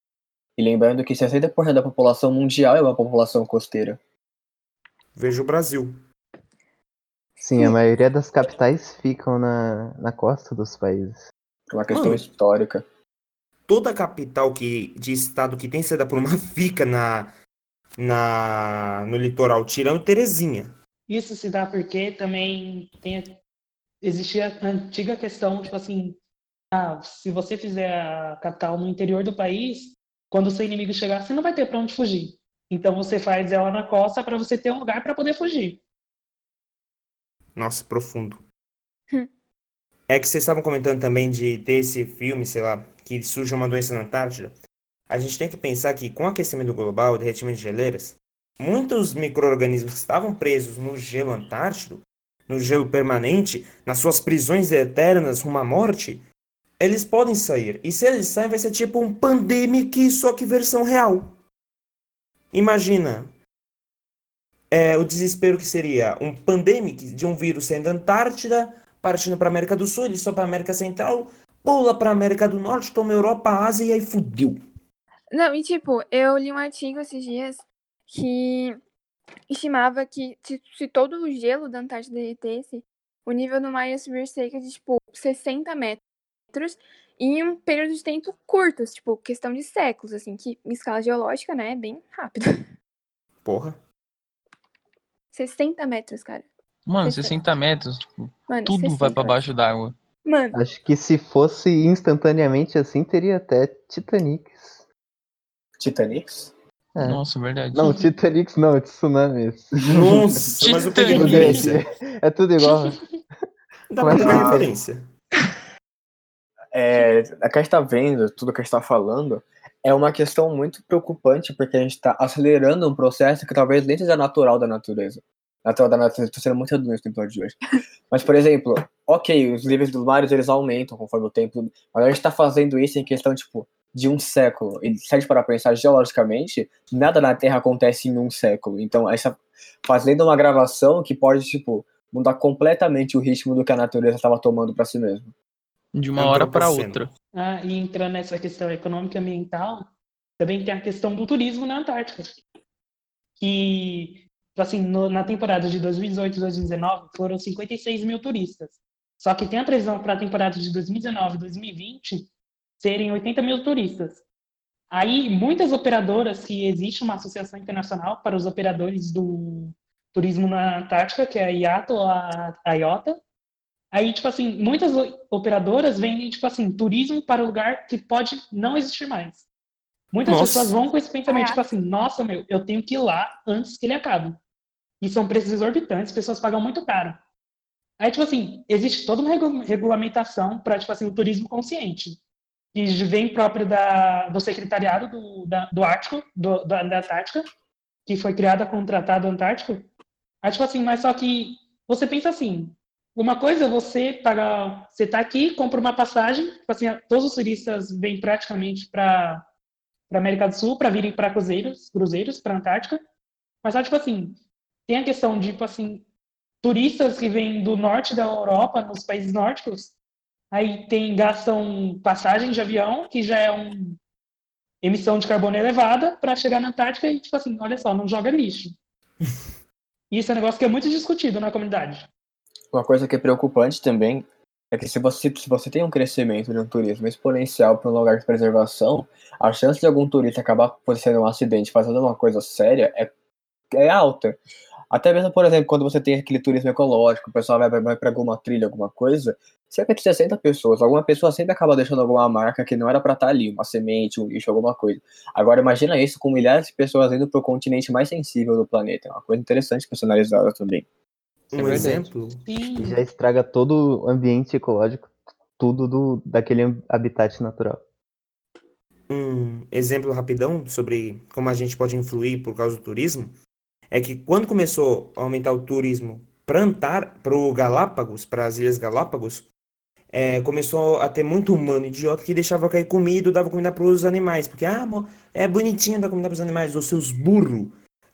E lembrando que sessenta por cento da população mundial é uma população costeira. Veja o Brasil. Sim, a maioria das capitais ficam na, na costa dos países. Por uma questão Mano. histórica. Toda capital que, de estado que tem saída por uma fica na, na, no litoral, tirando Terezinha. Isso se dá porque também tem, existia a antiga questão, tipo assim, ah, se você fizer a capital no interior do país, quando o seu inimigo chegar, você não vai ter para onde fugir. Então você faz ela na costa para você ter um lugar para poder fugir. Nossa, profundo. Hum. É que vocês estavam comentando também de ter esse filme, sei lá, que surge uma doença na Antártida. A gente tem que pensar que com o aquecimento global, derretimento de geleiras, muitos micro-organismos que estavam presos no gelo antártico, no gelo permanente, nas suas prisões eternas rumo à morte, eles podem sair. E se eles saem, vai ser tipo um pandemic, só que versão real. Imagina é, o desespero que seria um pandemic de um vírus saindo da Antártida, partindo para América do Sul, ele só para América Central, pula para América do Norte, toma Europa, Ásia e aí fudeu. Não, e tipo, eu li um artigo esses dias que estimava que se, se todo o gelo da Antártida derretesse, o nível do mar ia subir cerca de, tipo, sessenta metros em um período de tempo curto, tipo, questão de séculos, assim, que em escala geológica, né, é bem rápido. Porra. sessenta metros, cara. Mano, sessenta. sessenta metros, tipo, Mano, tudo vai sessenta. pra baixo d'água. Mano, Acho que se fosse instantaneamente assim, teria até Titanics. Titanics? É. Nossa, verdade. Não, Titanics não, tsunamis. Nossa, mas eu peguei Titanic. referência. É tudo igual. Dá pra pegar Ah. referência. É, a que a gente tá vendo, tudo que a gente tá falando, é uma questão muito preocupante, porque a gente tá acelerando um processo que talvez nem seja natural da natureza. Natural da natureza, tô sendo muito redundante no episódio de hoje. Mas, por exemplo, ok, os níveis dos mares eles aumentam conforme o tempo, mas a gente tá fazendo isso em questão, tipo, de um século. E se a gente parar pra pensar geologicamente, nada na Terra acontece em um século. Então, a gente tá fazendo uma gravação que pode, tipo, mudar completamente o ritmo do que a natureza estava tomando pra si mesma. De uma hora pra Antropoceno. outra. Ah, e entrando nessa questão econômica e ambiental, também tem a questão do turismo na Antártica. Que, assim, no- na temporada de dois mil e dezoito e dois mil e dezenove foram cinquenta e seis mil turistas. Só que tem a previsão para a temporada de dois mil e dezenove e dois mil e vinte serem oitenta mil turistas. Aí, muitas operadoras, que existe uma associação internacional para os operadores do turismo na Antártica, que é a I A T, ou a, a I O T A. Aí, tipo assim, muitas o- operadoras vendem, tipo assim, turismo para lugar que pode não existir mais. Muitas Nossa. pessoas vão com esse pensamento, tipo Caraca. assim, nossa, meu, eu tenho que ir lá antes que ele acabe. E são preços exorbitantes, pessoas pagam muito caro. Aí, tipo assim, existe toda uma regu- regulamentação para, tipo assim, o turismo consciente, que vem próprio da, do secretariado do, da, do Ártico, do, da, da Antártica, que foi criada com o Tratado Antártico. Aí, tipo assim, mas só que você pensa assim, uma coisa é você pagar, você tá aqui, compra uma passagem, tipo assim, todos os turistas vêm praticamente para para América do Sul para virem para cruzeiros, cruzeiros para Antártica. Mas só tipo assim, tem a questão de tipo assim, turistas que vêm do norte da Europa, nos países nórdicos, aí tem gastam passagem de avião, que já é uma emissão de carbono elevada, para chegar na Antártica e tipo assim, olha só, não joga lixo. Isso é um negócio que é muito discutido na comunidade. Uma coisa que é preocupante também é que se você, se você tem um crescimento de um turismo exponencial para um lugar de preservação, a chance de algum turista acabar acontecendo um acidente fazendo uma coisa séria é, é alta. Até mesmo, por exemplo, quando você tem aquele turismo ecológico, o pessoal vai, vai para alguma trilha, alguma coisa, cerca de sessenta pessoas, alguma pessoa sempre acaba deixando alguma marca que não era para estar ali, uma semente, um lixo, alguma coisa. Agora imagina isso com milhares de pessoas indo para o continente mais sensível do planeta, é uma coisa interessante personalizada também. É Um verdade. exemplo. Sim. E já estraga todo o ambiente ecológico, tudo do, daquele habitat natural. Um exemplo rapidão sobre como a gente pode influir por causa do turismo é que quando começou a aumentar o turismo para o Galápagos, para as Ilhas Galápagos, é, começou a ter muito humano idiota que deixava cair comida, dava comida para os animais, porque ah, mo- é bonitinho dar comida para os animais, os seus burros.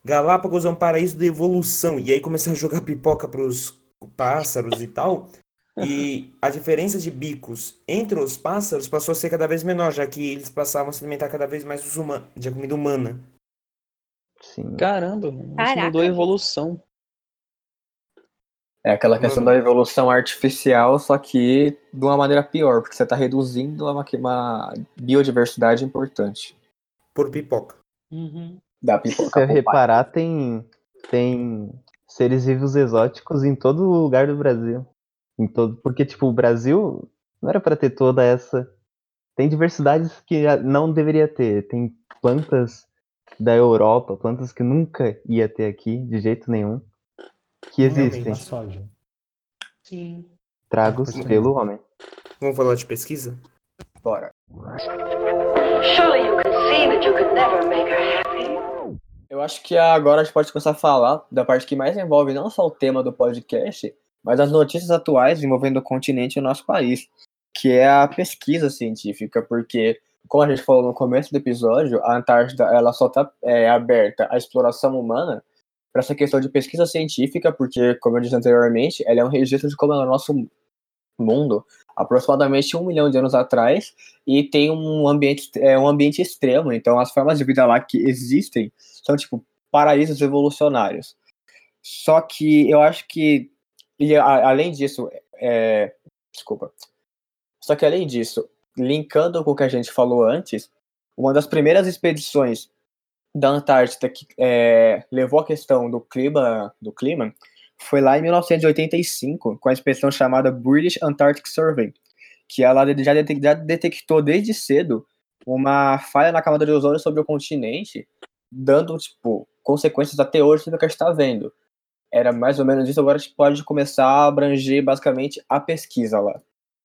Galápagos é um paraíso de evolução, e aí começaram a jogar pipoca para os pássaros e tal. E a diferença de bicos entre os pássaros passou a ser cada vez menor, já que eles passavam a se alimentar cada vez mais dos huma- de comida humana. Sim. Caramba, mano, isso Caraca, mudou a Vitor. evolução. É aquela questão Mano. da evolução artificial, só que de uma maneira pior, porque você está reduzindo uma, uma biodiversidade importante Por pipoca. Uhum. da Se pipoca. você Popeye. reparar, tem, tem seres vivos exóticos em todo lugar do Brasil. Em todo, porque, tipo, o Brasil não era para ter toda essa. Tem diversidades que não deveria ter. Tem plantas da Europa, plantas que nunca ia ter aqui, de jeito nenhum, que Não, existem, tem a soja. Sim. tragos Pode pelo terminar. homem. Vamos falar de pesquisa? Bora. Surely you can see that you could never make her happy. Eu acho que agora a gente pode começar a falar da parte que mais envolve não só o tema do podcast, mas as notícias atuais envolvendo o continente e o nosso país, que é a pesquisa científica, porque, como a gente falou no começo do episódio, a Antártida ela só está é, aberta à exploração humana para essa questão de pesquisa científica, porque, como eu disse anteriormente, ela é um registro de como é o nosso mundo aproximadamente um milhão de anos atrás e tem um ambiente, é, um ambiente extremo, então as formas de vida lá que existem são tipo paraísos evolucionários. Só que eu acho que, e a, além disso, é, desculpa, só que além disso, linkando com o que a gente falou antes, uma das primeiras expedições da Antártida que é, levou a questão do clima, do clima foi lá em mil novecentos e oitenta e cinco, com a expedição chamada British Antarctic Survey, que ela já detectou desde cedo uma falha na camada de ozônio sobre o continente, dando, tipo, consequências até hoje do que a gente está vendo. Era mais ou menos isso, agora a gente pode começar a abranger basicamente a pesquisa lá.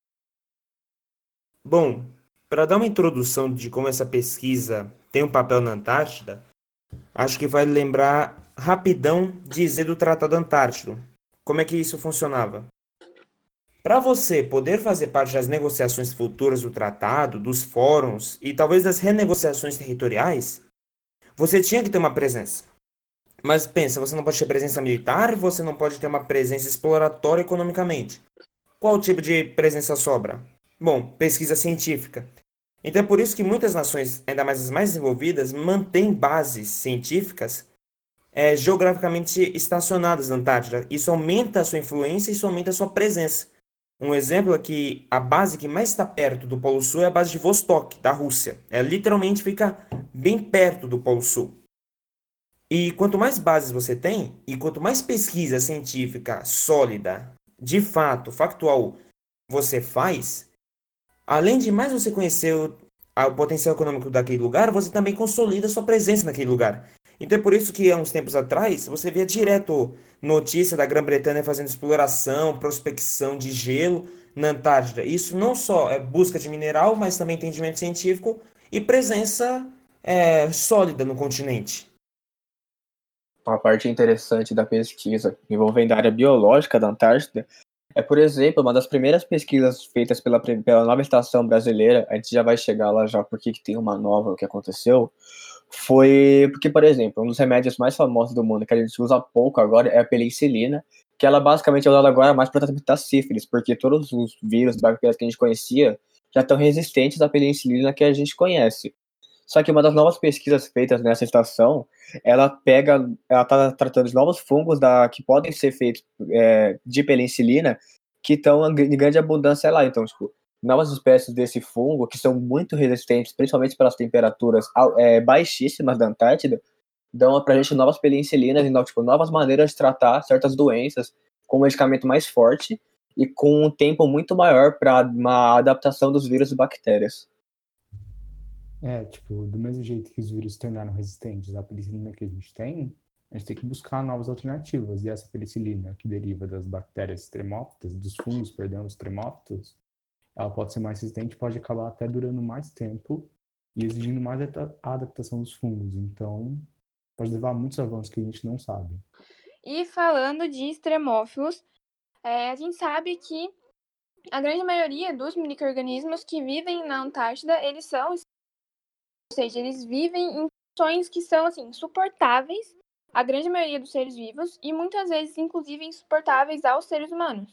Bom, para dar uma introdução de como essa pesquisa tem um papel na Antártida, acho que vale lembrar rapidão dizer do Tratado Antártico. Como é que isso funcionava? Para você poder fazer parte das negociações futuras do tratado, dos fóruns e talvez das renegociações territoriais, você tinha que ter uma presença. Mas pensa, você não pode ter presença militar, você não pode ter uma presença exploratória economicamente. Qual tipo de presença sobra? Bom, pesquisa científica. Então é por isso que muitas nações, ainda mais as mais desenvolvidas, mantêm bases científicas é, geograficamente estacionadas na Antártida. Isso aumenta a sua influência e isso aumenta a sua presença. Um exemplo é que a base que mais está perto do Polo Sul é a base de Vostok, da Rússia. Ela literalmente fica bem perto do Polo Sul. E quanto mais bases você tem, e quanto mais pesquisa científica sólida, de fato, factual, você faz, além de mais você conhecer o, a- o potencial econômico daquele lugar, você também consolida sua presença naquele lugar. Então é por isso que há uns tempos atrás, você via direto notícia da Grã-Bretanha fazendo exploração, prospecção de gelo na Antártida. Isso não só é busca de mineral, mas também entendimento científico e presença é, sólida no continente. Uma parte interessante da pesquisa envolvendo a área biológica da Antártida é, por exemplo, uma das primeiras pesquisas feitas pela, pela nova estação brasileira, a gente já vai chegar lá já porque que tem uma nova, o que aconteceu, foi porque, por exemplo, um dos remédios mais famosos do mundo que a gente usa pouco agora é a penicilina, que ela basicamente é usada agora mais para tratamento da sífilis, porque todos os vírus, bactérias que a gente conhecia já estão resistentes à penicilina que a gente conhece. Só que uma das novas pesquisas feitas nessa estação, ela pega, ela está tratando de novos fungos da, que podem ser feitos é, de penicilina, que estão em grande abundância lá. Então, tipo, novas espécies desse fungo, que são muito resistentes, principalmente pelas temperaturas é, baixíssimas da Antártida, dão pra gente novas penicilinas, então, tipo, novas maneiras de tratar certas doenças com um medicamento mais forte e com um tempo muito maior para uma adaptação dos vírus e bactérias. É, tipo, do mesmo jeito que os vírus se tornaram resistentes à penicilina que a gente tem, a gente tem que buscar novas alternativas. E essa penicilina, que deriva das bactérias extremófitas, dos fungos, perdão, extremófitos, ela pode ser mais resistente, pode acabar até durando mais tempo e exigindo mais a adaptação dos fungos. Então, pode levar a muitos avanços que a gente não sabe. E falando de extremófilos, é, a gente sabe que a grande maioria dos micro-organismos que vivem na Antártida, eles são, ou seja, eles vivem em condições que são, assim, insuportáveis à grande maioria dos seres vivos e muitas vezes, inclusive, insuportáveis aos seres humanos.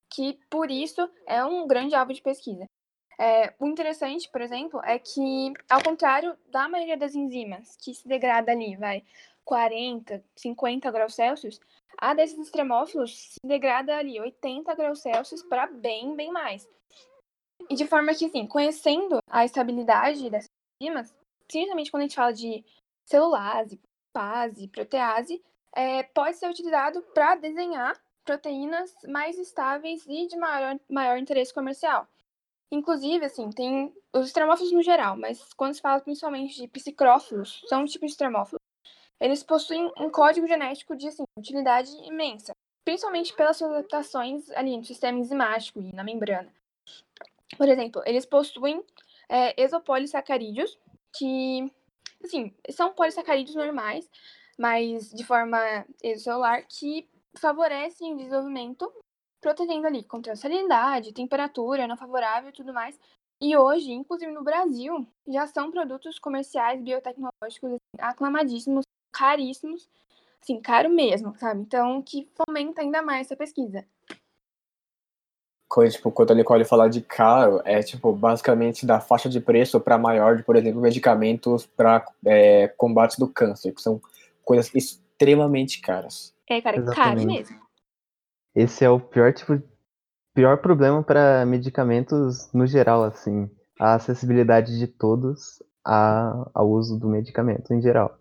que por isso é um grande alvo de pesquisa. É, o interessante, por exemplo, é que, ao contrário da maioria das enzimas, que se degrada ali, vai, quarenta, cinquenta graus Celsius, a desses extremófilos se degrada ali oitenta graus Celsius para bem, bem mais. E de forma que, assim, conhecendo a estabilidade dessas enzimas, principalmente quando a gente fala de celulase, fase, protease, é, pode ser utilizado para desenhar proteínas mais estáveis e de maior, maior interesse comercial. Inclusive, assim, tem os extremófilos no geral, mas quando se fala principalmente de psicrófilos, são um tipo de extremófilo, eles possuem um código genético de, assim, utilidade imensa, principalmente pelas suas adaptações ali no sistema enzimático e na membrana. Por exemplo, eles possuem é, exopolissacarídeos, que, assim, são polissacarídeos normais, mas de forma exocelular, que favorecem o desenvolvimento, protegendo ali contra a salinidade, temperatura não favorável e tudo mais. E hoje, inclusive no Brasil, já são produtos comerciais biotecnológicos assim, aclamadíssimos, caríssimos, assim, caro mesmo, sabe? Então, que fomenta ainda mais essa pesquisa. Coisa, tipo, quando a Nicole fala de caro, é, tipo, basicamente da faixa de preço para maior de, por exemplo, medicamentos para é, combate do câncer, que são coisas extremamente caras. É, cara, caro Exatamente. mesmo. Esse é o pior tipo, pior problema para medicamentos no geral, assim, a acessibilidade de todos a, ao uso do medicamento em geral.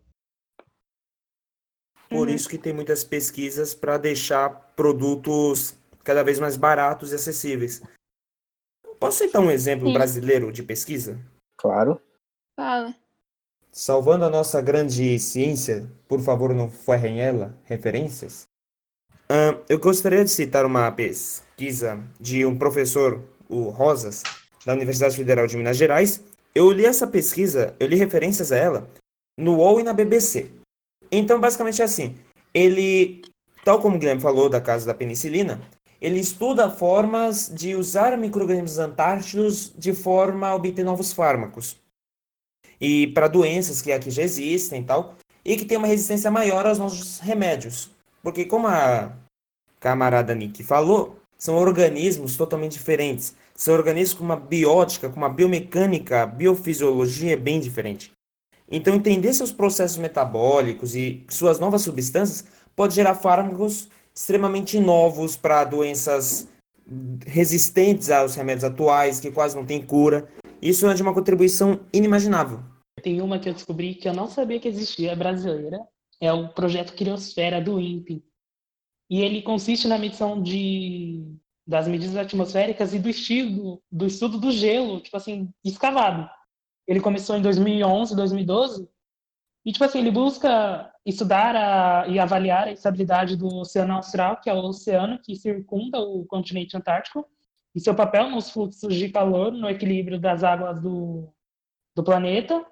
Por Uhum. isso que tem muitas pesquisas para deixar produtos cada vez mais baratos e acessíveis. Posso citar um exemplo Sim. brasileiro de pesquisa? Claro. Fala. Salvando a nossa grande ciência, por favor, não ferrem ela, referências. Ahn, eu gostaria de citar uma pesquisa de um professor, o Rosas, da Universidade Federal de Minas Gerais. Eu li essa pesquisa, eu li referências a ela no U O L e na B B C. Então, basicamente é assim, ele, tal como o Guilherme falou da casa da penicilina, ele estuda formas de usar micro-organismos antárticos de forma a obter novos fármacos. E para doenças que aqui já existem e tal, e que tem uma resistência maior aos nossos remédios. Porque como a camarada Nick falou, são organismos totalmente diferentes. São organismos com uma biótica, com uma biomecânica, biofisiologia bem diferente. Então, entender seus processos metabólicos e suas novas substâncias pode gerar fármacos extremamente novos para doenças resistentes aos remédios atuais, que quase não têm cura. Isso é de uma contribuição inimaginável. Tem uma que eu descobri que eu não sabia que existia, é brasileira. É o projeto Criosfera do INPE. E ele consiste na medição de, das medidas atmosféricas e do estudo, do estudo do gelo, tipo assim, escavado. Ele começou em dois mil e onze, dois mil e doze, e tipo assim, ele busca estudar a, e avaliar a estabilidade do Oceano Austral, que é o oceano que circunda o continente antártico, e seu papel nos fluxos de calor, no equilíbrio das águas do, do planeta,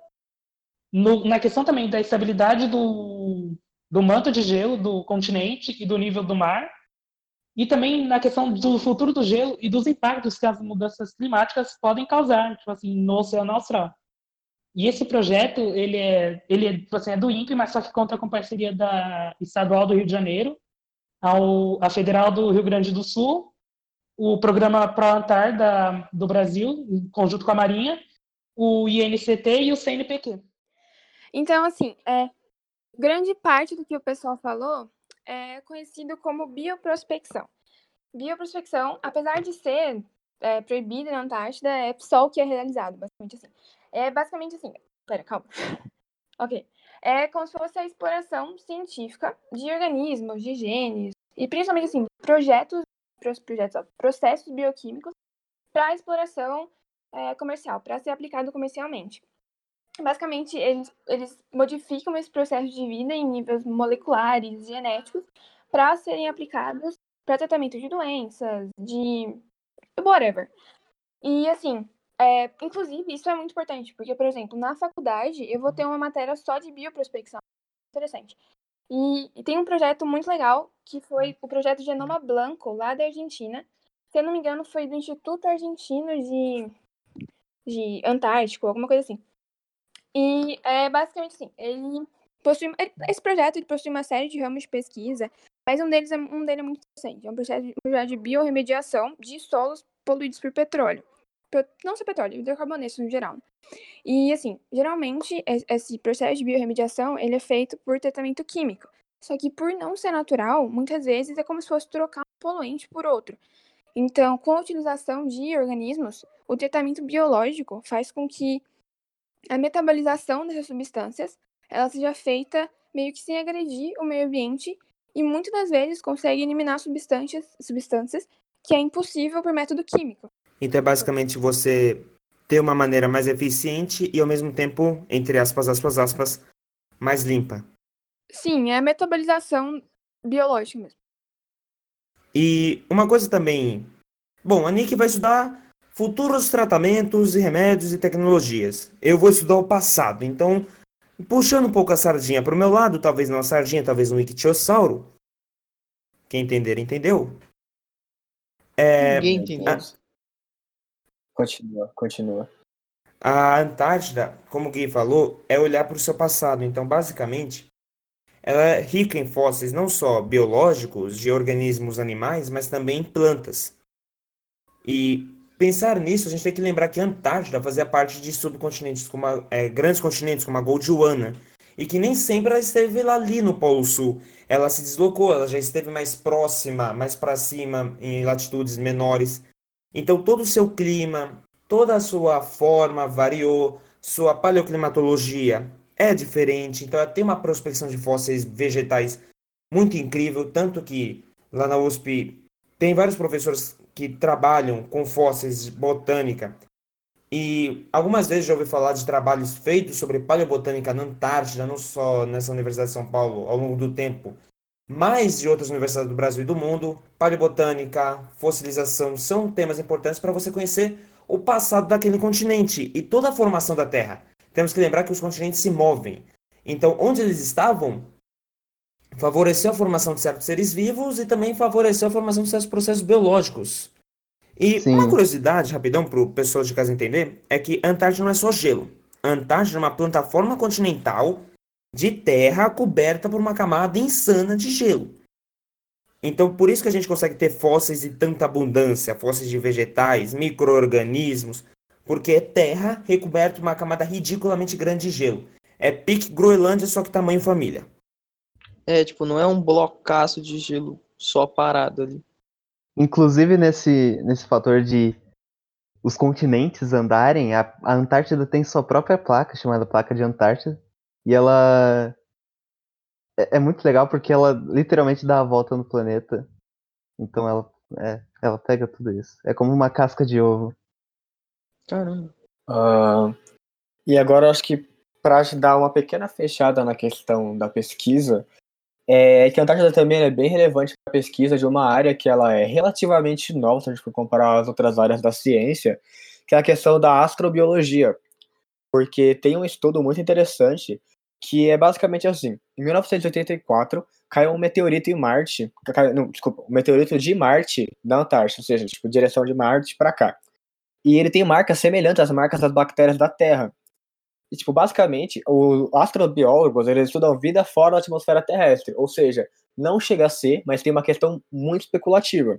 no, na questão também da estabilidade do, do manto de gelo do continente e do nível do mar, e também na questão do futuro do gelo e dos impactos que as mudanças climáticas podem causar, tipo assim, no Oceano Austral. E esse projeto, ele é, ele é, tipo assim, é do INPE, mas só que conta com parceria da Estadual do Rio de Janeiro, ao, a Federal do Rio Grande do Sul, o Programa ProAntar da, do Brasil, em conjunto com a Marinha, o I N C T e o C N P Q. Então, assim, é, grande parte do que o pessoal falou é conhecido como bioprospecção. Bioprospecção, apesar de ser é, proibida na Antártida, é só o que é realizado, basicamente assim. É basicamente assim. Pera, calma. Ok. É como se fosse a exploração científica de organismos, de genes, e principalmente assim, projetos, projetos ó, processos bioquímicos para exploração é, comercial, para ser aplicado comercialmente. Basicamente, eles, eles modificam esse processo de vida em níveis moleculares, genéticos, para serem aplicados para tratamento de doenças, de whatever. E, assim, é, inclusive, isso é muito importante, porque, por exemplo, na faculdade, eu vou ter uma matéria só de bioprospecção. Interessante. E, e tem um projeto muito legal, que foi o projeto Genoma Blanco, lá da Argentina. Se eu não me engano, foi do Instituto Argentino de, de Antártico, alguma coisa assim. E é basicamente assim, ele possui, esse projeto ele possui uma série de ramos de pesquisa, Mas um deles é, um deles é muito interessante. É um projeto, um projeto de biorremediação de solos poluídos por petróleo. Pe- Não só petróleo, hidrocarbonetos no geral. E, assim, geralmente, es- esse processo de biorremediação, ele é feito por tratamento químico. Só que, por não ser natural, muitas vezes é como se fosse trocar um poluente por outro. Então, com a utilização de organismos, o tratamento biológico faz com que a metabolização dessas substâncias ela seja feita meio que sem agredir o meio ambiente e muitas das vezes consegue eliminar substâncias, substâncias que é impossível por método químico. Então é basicamente você ter uma maneira mais eficiente e ao mesmo tempo, entre aspas, aspas, aspas, mais limpa. Sim, é a metabolização biológica mesmo. E uma coisa também. Bom, a Nick vai estudar futuros tratamentos e remédios e tecnologias. Eu vou estudar o passado. Então, puxando um pouco a sardinha para o meu lado, talvez não a sardinha, talvez um ictiossauro. Quem entender, entendeu? É, Ninguém Meu entendeu. Deus. Continua, continua. a Antártida, como o Gui falou, é olhar para o seu passado. Então, basicamente, ela é rica em fósseis não só biológicos de organismos animais, mas também em plantas. E pensar nisso, a gente tem que lembrar que a Antártida fazia parte de subcontinentes, como a- é, grandes continentes como a Gondwana, e que nem sempre ela esteve lá ali no Polo Sul. Ela se deslocou, ela já esteve mais próxima, mais para cima, em latitudes menores. Então todo o seu clima, toda a sua forma variou, sua paleoclimatologia é diferente. Então ela tem uma prospecção de fósseis vegetais muito incrível, tanto que lá na U S P tem vários professores que trabalham com fósseis de botânica e algumas vezes já ouvi falar de trabalhos feitos sobre paleobotânica na Antártida, não só nessa Universidade de São Paulo, ao longo do tempo, mas de outras universidades do Brasil e do mundo. Paleobotânica, fossilização são temas importantes para você conhecer o passado daquele continente e toda a formação da Terra. Temos que lembrar que os continentes se movem. Então, onde eles estavam favoreceu a formação de certos seres vivos e também favoreceu a formação de certos processos biológicos. E uma Sim. curiosidade, rapidão, para o pessoal de casa entender, é que a Antártida não é só gelo. A Antártida é uma plataforma continental de terra coberta por uma camada insana de gelo. Então, por isso que a gente consegue ter fósseis e tanta abundância, fósseis de vegetais, micro-organismos, porque é terra recoberta por uma camada ridiculamente grande de gelo. É pique Groenlândia, só que tamanho família. É, tipo, não é um blocaço de gelo só parado ali. Inclusive nesse, nesse fator de os continentes andarem, a, a Antártida tem sua própria placa, chamada Placa de Antártida. E ela é, é muito legal porque ela literalmente dá a volta no planeta. Então ela, é, ela pega tudo isso. É como uma casca de ovo. Caramba. Ah, e agora eu acho que para te dar uma pequena fechada na questão da pesquisa, é que a Antártida também é bem relevante para a pesquisa de uma área que ela é relativamente nova, se a gente for comparar as outras áreas da ciência, que é a questão da astrobiologia. Porque tem um estudo muito interessante que é basicamente assim: em mil novecentos e oitenta e quatro caiu um meteorito em Marte, caiu, não, desculpa, um meteorito de Marte na Antártida, ou seja, tipo, direção de Marte para cá. E ele tem marcas semelhantes às marcas das bactérias da Terra. E, tipo, basicamente, os astrobiólogos, eles estudam vida fora da atmosfera terrestre, ou seja, não chega a ser, mas tem uma questão muito especulativa.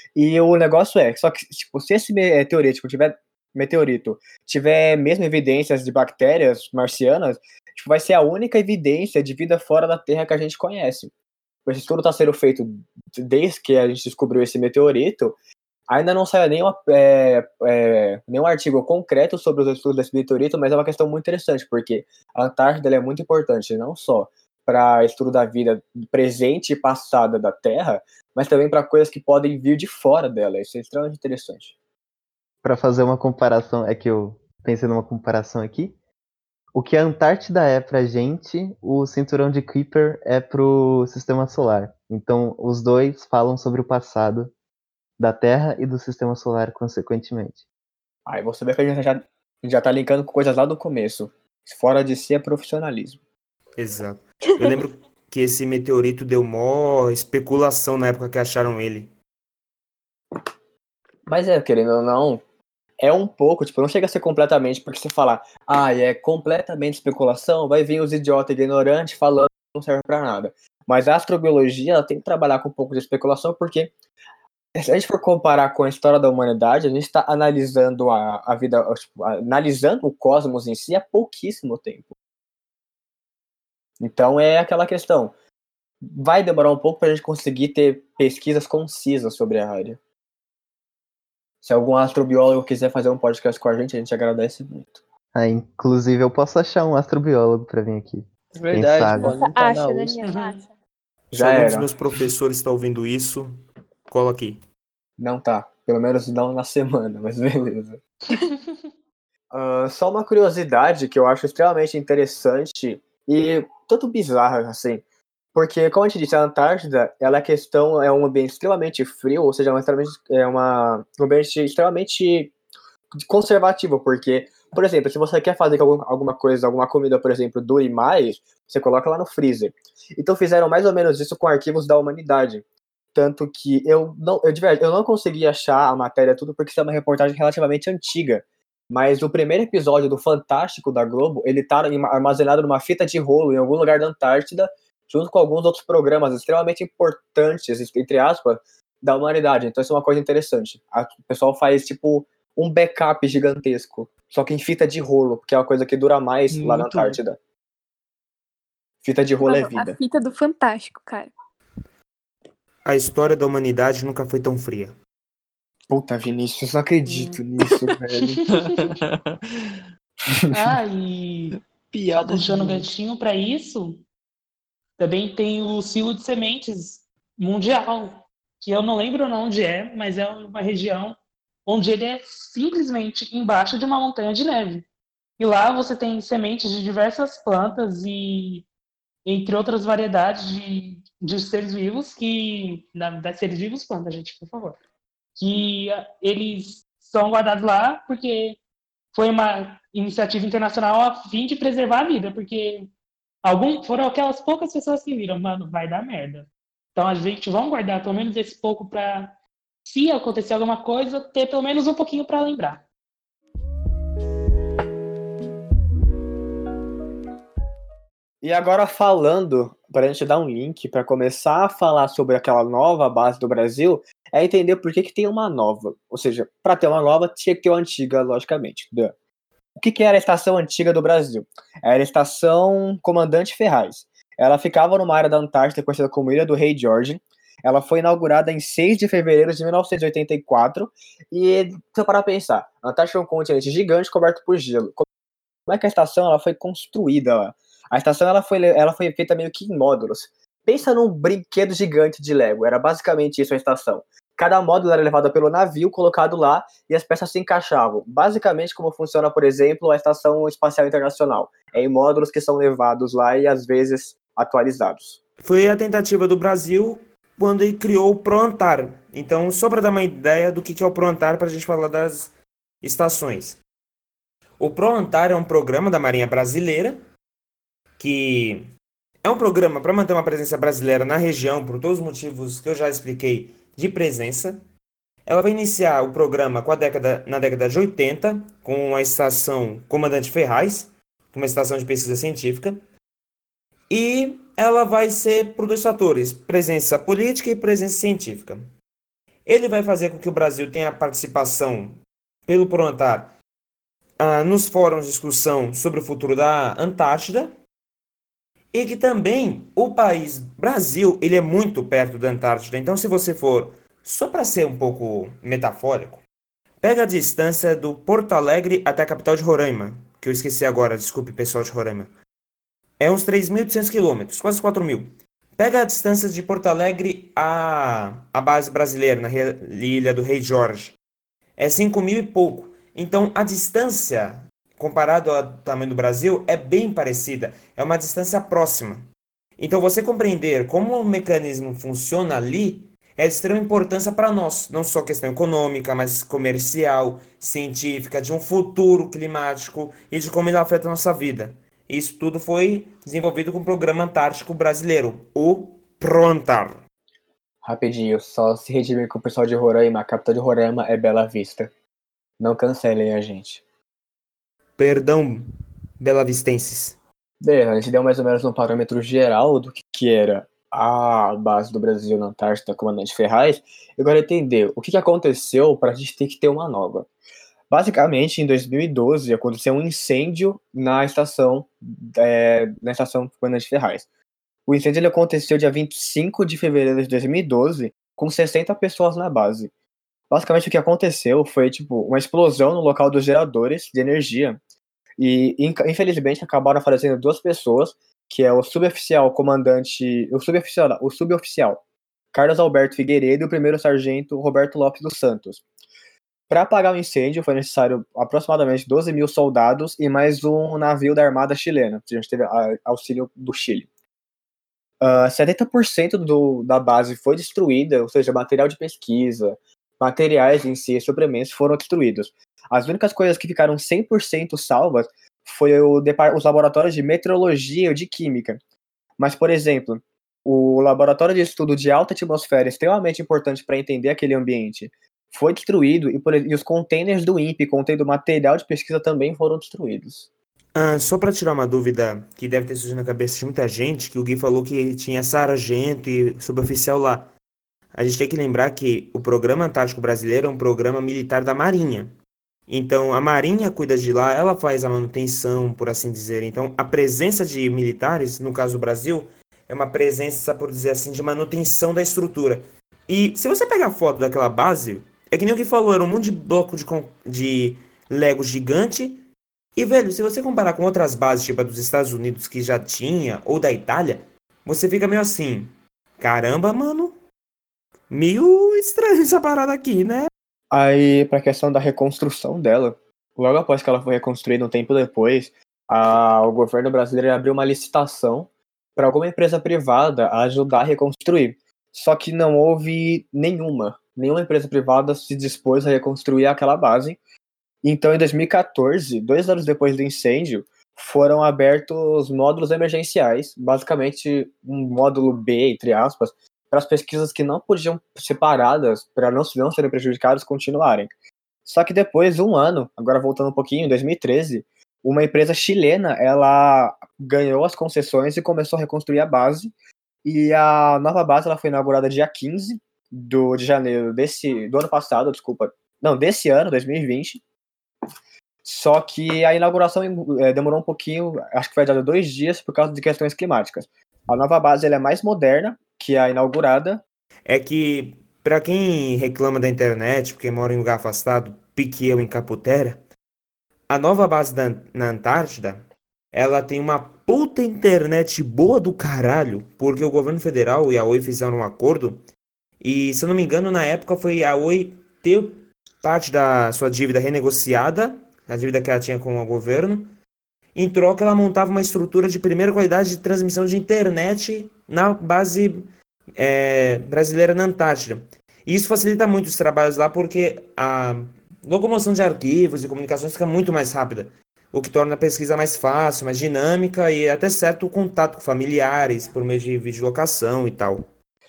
E o negócio é, só que, tipo, se esse meteorito tiver meteorito tiver mesmo evidências de bactérias marcianas, tipo, vai ser a única evidência de vida fora da Terra que a gente conhece. Esse estudo está sendo feito desde que a gente descobriu esse meteorito. Ainda não saiu nenhum, é, é, nenhum artigo concreto sobre os estudos desse meteorito, mas é uma questão muito interessante, porque a Antártida ela é muito importante, não só para estudo da vida presente e passada da Terra, mas também para coisas que podem vir de fora dela. Isso é extremamente interessante. Para fazer uma comparação, é que eu pensei numa comparação aqui. O que a Antártida é pra gente, o cinturão de Kuiper é pro sistema solar. Então, os dois falam sobre o passado da Terra e do sistema solar, consequentemente. Aí você vê que a gente já, já tá linkando com coisas lá do começo. Fora de si é profissionalismo. Exato. Eu lembro que esse meteorito deu mó especulação na época que acharam ele. Mas é, querendo ou não, é um pouco, tipo, não chega a ser completamente, porque você falar, ah, é completamente especulação, vai vir os idiotas ignorantes falando que não serve pra nada. Mas a astrobiologia ela tem que trabalhar com um pouco de especulação, porque se a gente for comparar com a história da humanidade, a gente está analisando a, a vida, tipo, analisando o cosmos em si há pouquíssimo tempo. Então é aquela questão. Vai demorar um pouco para a gente conseguir ter pesquisas concisas sobre a área. Se algum astrobiólogo quiser fazer um podcast com a gente, a gente agradece muito. Ah, inclusive, eu posso achar um astrobiólogo pra vir aqui. É verdade, sabe? pô, não tá na Acha, U S P. Daniel, Uhum. acha. Se Já algum dos era. meus professores está ouvindo isso, cola aqui. Não tá. Pelo menos não na semana, mas beleza. Uh, só uma curiosidade que eu acho extremamente interessante e tanto bizarra, assim. Porque, como a gente disse, a Antártida, ela é questão, é um ambiente extremamente frio, ou seja, é, uma, extremamente, é uma, um ambiente extremamente conservativo, porque, por exemplo, se você quer fazer algum, alguma coisa, alguma comida, por exemplo, dure mais, você coloca lá no freezer. Então fizeram mais ou menos isso com arquivos da humanidade. Tanto que eu não, eu, de verdade, eu não consegui achar a matéria tudo, porque isso é uma reportagem relativamente antiga. Mas o primeiro episódio do Fantástico da Globo, ele tá armazenado numa fita de rolo em algum lugar da Antártida, junto com alguns outros programas extremamente importantes, entre aspas, da humanidade. Então isso é uma coisa interessante. O pessoal faz, tipo, um backup gigantesco, só que em fita de rolo, porque é uma coisa que dura mais lá na Muito bom. Antártida. Fita de rolo é Mano, a vida. fita do Fantástico, cara. A história da humanidade nunca foi tão fria. Puta, Vinícius, não acredito nisso, velho. Ah, e Piada puxando o de... ganchinho pra isso, também tem o silo de sementes mundial, que eu não lembro onde é, mas é uma região onde ele é simplesmente embaixo de uma montanha de neve. E lá você tem sementes de diversas plantas e entre outras variedades de, de seres vivos que, na verdade, seres vivos, planta, gente, por favor, que ah, eles são guardados lá porque foi uma iniciativa internacional a fim de preservar a vida, porque algum, foram aquelas poucas pessoas que viram, mano, vai dar merda. Então a gente vamos guardar pelo menos esse pouco para, se acontecer alguma coisa, ter pelo menos um pouquinho para lembrar. E agora falando, para a gente dar um link para começar a falar sobre aquela nova base do Brasil, é entender por que, que tem uma nova. Ou seja, para ter uma nova, tinha que ter uma antiga, logicamente. Duh. O que, que era a estação antiga do Brasil? Era a estação Comandante Ferraz. Ela ficava numa área da Antártida conhecida como Ilha do Rei George. Ela foi inaugurada em seis de fevereiro de mil novecentos e oitenta e quatro. E, se eu parar pra pensar, a Antártida é um continente gigante coberto por gelo. Como é que a estação ela foi construída lá? A estação ela foi, ela foi feita meio que em módulos. Pensa num brinquedo gigante de Lego. Era basicamente isso a estação. Cada módulo era levado pelo navio, colocado lá, e as peças se encaixavam. Basicamente como funciona, por exemplo, a Estação Espacial Internacional. É em módulos que são levados lá e, às vezes, atualizados. Foi a tentativa do Brasil quando ele criou o ProAntar. Então, só para dar uma ideia do que é o ProAntar, para a gente falar das estações. O ProAntar é um programa da Marinha Brasileira, que é um programa para manter uma presença brasileira na região, por todos os motivos que eu já expliquei de presença. Ela vai iniciar o programa com a década, na década de oitenta, com a estação Comandante Ferraz, uma estação de pesquisa científica, e ela vai ser por dois fatores, presença política e presença científica. Ele vai fazer com que o Brasil tenha participação pelo ProAntar ah, nos fóruns de discussão sobre o futuro da Antártida, e que também o país Brasil, ele é muito perto da Antártida. Então, se você for, só para ser um pouco metafórico, pega a distância do Porto Alegre até a capital de Roraima, que eu esqueci agora, desculpe pessoal de Roraima. É uns três mil e oitocentos quilômetros, quase quatro mil. Pega a distância de Porto Alegre à, à base brasileira, na Ilha do Rei Jorge. É cinco mil e pouco. Então, a distância, comparado ao tamanho do Brasil, é bem parecida. É uma distância próxima. Então, você compreender como o mecanismo funciona ali é de extrema importância para nós. Não só questão econômica, mas comercial, científica, de um futuro climático e de como ele afeta a nossa vida. Isso tudo foi desenvolvido com o Programa Antártico Brasileiro, o ProAntar. Rapidinho, só se redimir com o pessoal de Roraima. A capital de Roraima é Bela Vista. Não cancelem a gente. Perdão, belavistenses. Beleza, a gente deu mais ou menos um parâmetro geral do que, que era a base do Brasil na Antártida, Comandante Ferraz, eu quero entender o que que aconteceu para a gente ter que ter uma nova. Basicamente, em dois mil e doze, aconteceu um incêndio na estação, é, na estação Comandante Ferraz. O incêndio ele aconteceu dia vinte e cinco de fevereiro de dois mil e doze, com sessenta pessoas na base. Basicamente, o que aconteceu foi, tipo, uma explosão no local dos geradores de energia. E, inca- infelizmente, acabaram falecendo duas pessoas, que é o suboficial comandante... O suboficial, não, o suboficial Carlos Alberto Figueiredo e o primeiro sargento Roberto Lopes dos Santos. Para apagar o incêndio, foi necessário aproximadamente doze mil soldados e mais um navio da Armada chilena. A gente teve a- auxílio do Chile. Uh, setenta por cento do, da base foi destruída, ou seja, material de pesquisa, materiais em si, suprimentos foram destruídos. As únicas coisas que ficaram cem por cento salvas foi o depar- os laboratórios de meteorologia e de química. Mas, por exemplo, o laboratório de estudo de alta atmosfera, extremamente importante para entender aquele ambiente, foi destruído e, por, e os containers do I N P E contendo material de pesquisa também foram destruídos. Ah, só para tirar uma dúvida que deve ter surgido na cabeça de muita gente, que o Gui falou que tinha sargento e suboficial lá. A gente tem que lembrar que o Programa Antártico Brasileiro é um programa militar da Marinha. Então, a Marinha cuida de lá, ela faz a manutenção, por assim dizer. Então, a presença de militares, no caso do Brasil, é uma presença, por dizer assim, de manutenção da estrutura. E se você pegar a foto daquela base, é que nem o que falou, era um monte de bloco de, con- de Lego gigante. E, velho, se você comparar com outras bases, tipo a dos Estados Unidos, que já tinha, ou da Itália, você fica meio assim, caramba, mano, meio estranho essa parada aqui, né? Aí, para a questão da reconstrução dela, logo após que ela foi reconstruída, um tempo depois, a- o governo brasileiro abriu uma licitação para alguma empresa privada ajudar a reconstruir. Só que não houve nenhuma. Nenhuma empresa privada se dispôs a reconstruir aquela base. Então, em dois mil e quatorze, dois anos depois do incêndio, foram abertos módulos emergenciais, basicamente um módulo B, entre aspas, para as pesquisas que não podiam ser paradas, para não, não serem prejudicadas, continuarem. Só que depois, um ano, agora voltando um pouquinho, em dois mil e treze, uma empresa chilena, ela ganhou as concessões e começou a reconstruir a base, e a nova base ela foi inaugurada dia quinze do, de janeiro desse, do ano passado, desculpa, não, desse ano, dois mil e vinte. Só que a inauguração é, demorou um pouquinho, acho que foi dado dois dias por causa de questões climáticas. A nova base ela é mais moderna que a inaugurada. É que, pra quem reclama da internet, porque mora em lugar afastado, pique eu em Caputera, a nova base da, na Antártida, ela tem uma puta internet boa do caralho, porque o governo federal e a Oi fizeram um acordo, e se eu não me engano, na época foi a Oi ter parte da sua dívida renegociada, a dívida que ela tinha com o governo. Em troca, ela montava uma estrutura de primeira qualidade de transmissão de internet na base é, brasileira na Antártida. E isso facilita muito os trabalhos lá porque a locomoção de arquivos e comunicações fica muito mais rápida, o que torna a pesquisa mais fácil, mais dinâmica e até certo contato com familiares por meio de videolocação e tal.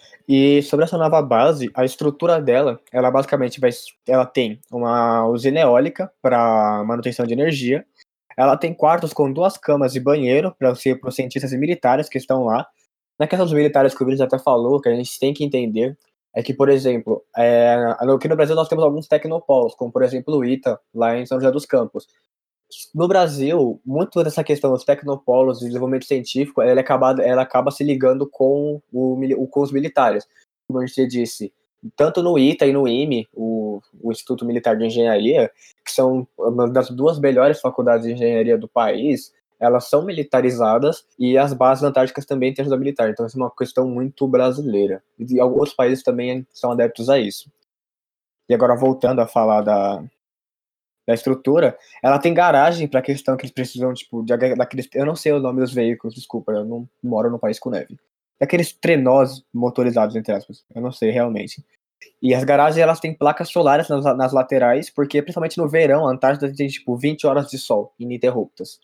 E sobre essa nova base, a estrutura dela, ela basicamente vai, ela tem uma usina eólica para manutenção de energia. Ela tem quartos com duas camas e banheiro para os cientistas e militares que estão lá. Na questão dos militares que o Vinícius até falou, que a gente tem que entender, é que, por exemplo, é, aqui no Brasil nós temos alguns tecnopolos, como por exemplo o ITA, lá em São José dos Campos. No Brasil, muito dessa questão dos tecnopolos de desenvolvimento científico, ela acaba, ela acaba se ligando com, o, com os militares. Como a gente disse, tanto no ITA e no I M E, o, o Instituto Militar de Engenharia, que são uma das duas melhores faculdades de engenharia do país, elas são militarizadas e as bases antárticas também têm ajuda militar. Então, isso é uma questão muito brasileira. E alguns países também são adeptos a isso. E agora, voltando a falar da, da estrutura, ela tem garagem para a questão que eles precisam, tipo, de, daqueles, eu não sei o nome dos veículos, desculpa, eu não moro num país com neve. Daqueles trenós motorizados, entre aspas, eu não sei realmente. E as garagens, elas têm placas solares nas, nas laterais, porque principalmente no verão, a Antártida tem, tipo, vinte horas de sol ininterruptas.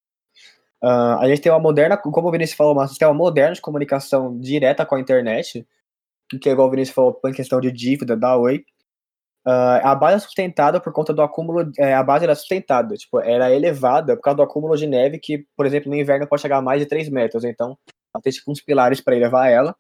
Uh, a gente tem uma moderna, como o Vinícius falou, um sistema moderno de comunicação direta com a internet, que é igual o Vinícius falou, em questão de dívida da Oi. Uh, a base é sustentada por conta do acúmulo, é, a base era sustentada, tipo, era elevada por causa do acúmulo de neve que, por exemplo, no inverno pode chegar a mais de três metros, então ela tem tipo uns pilares para elevar ela,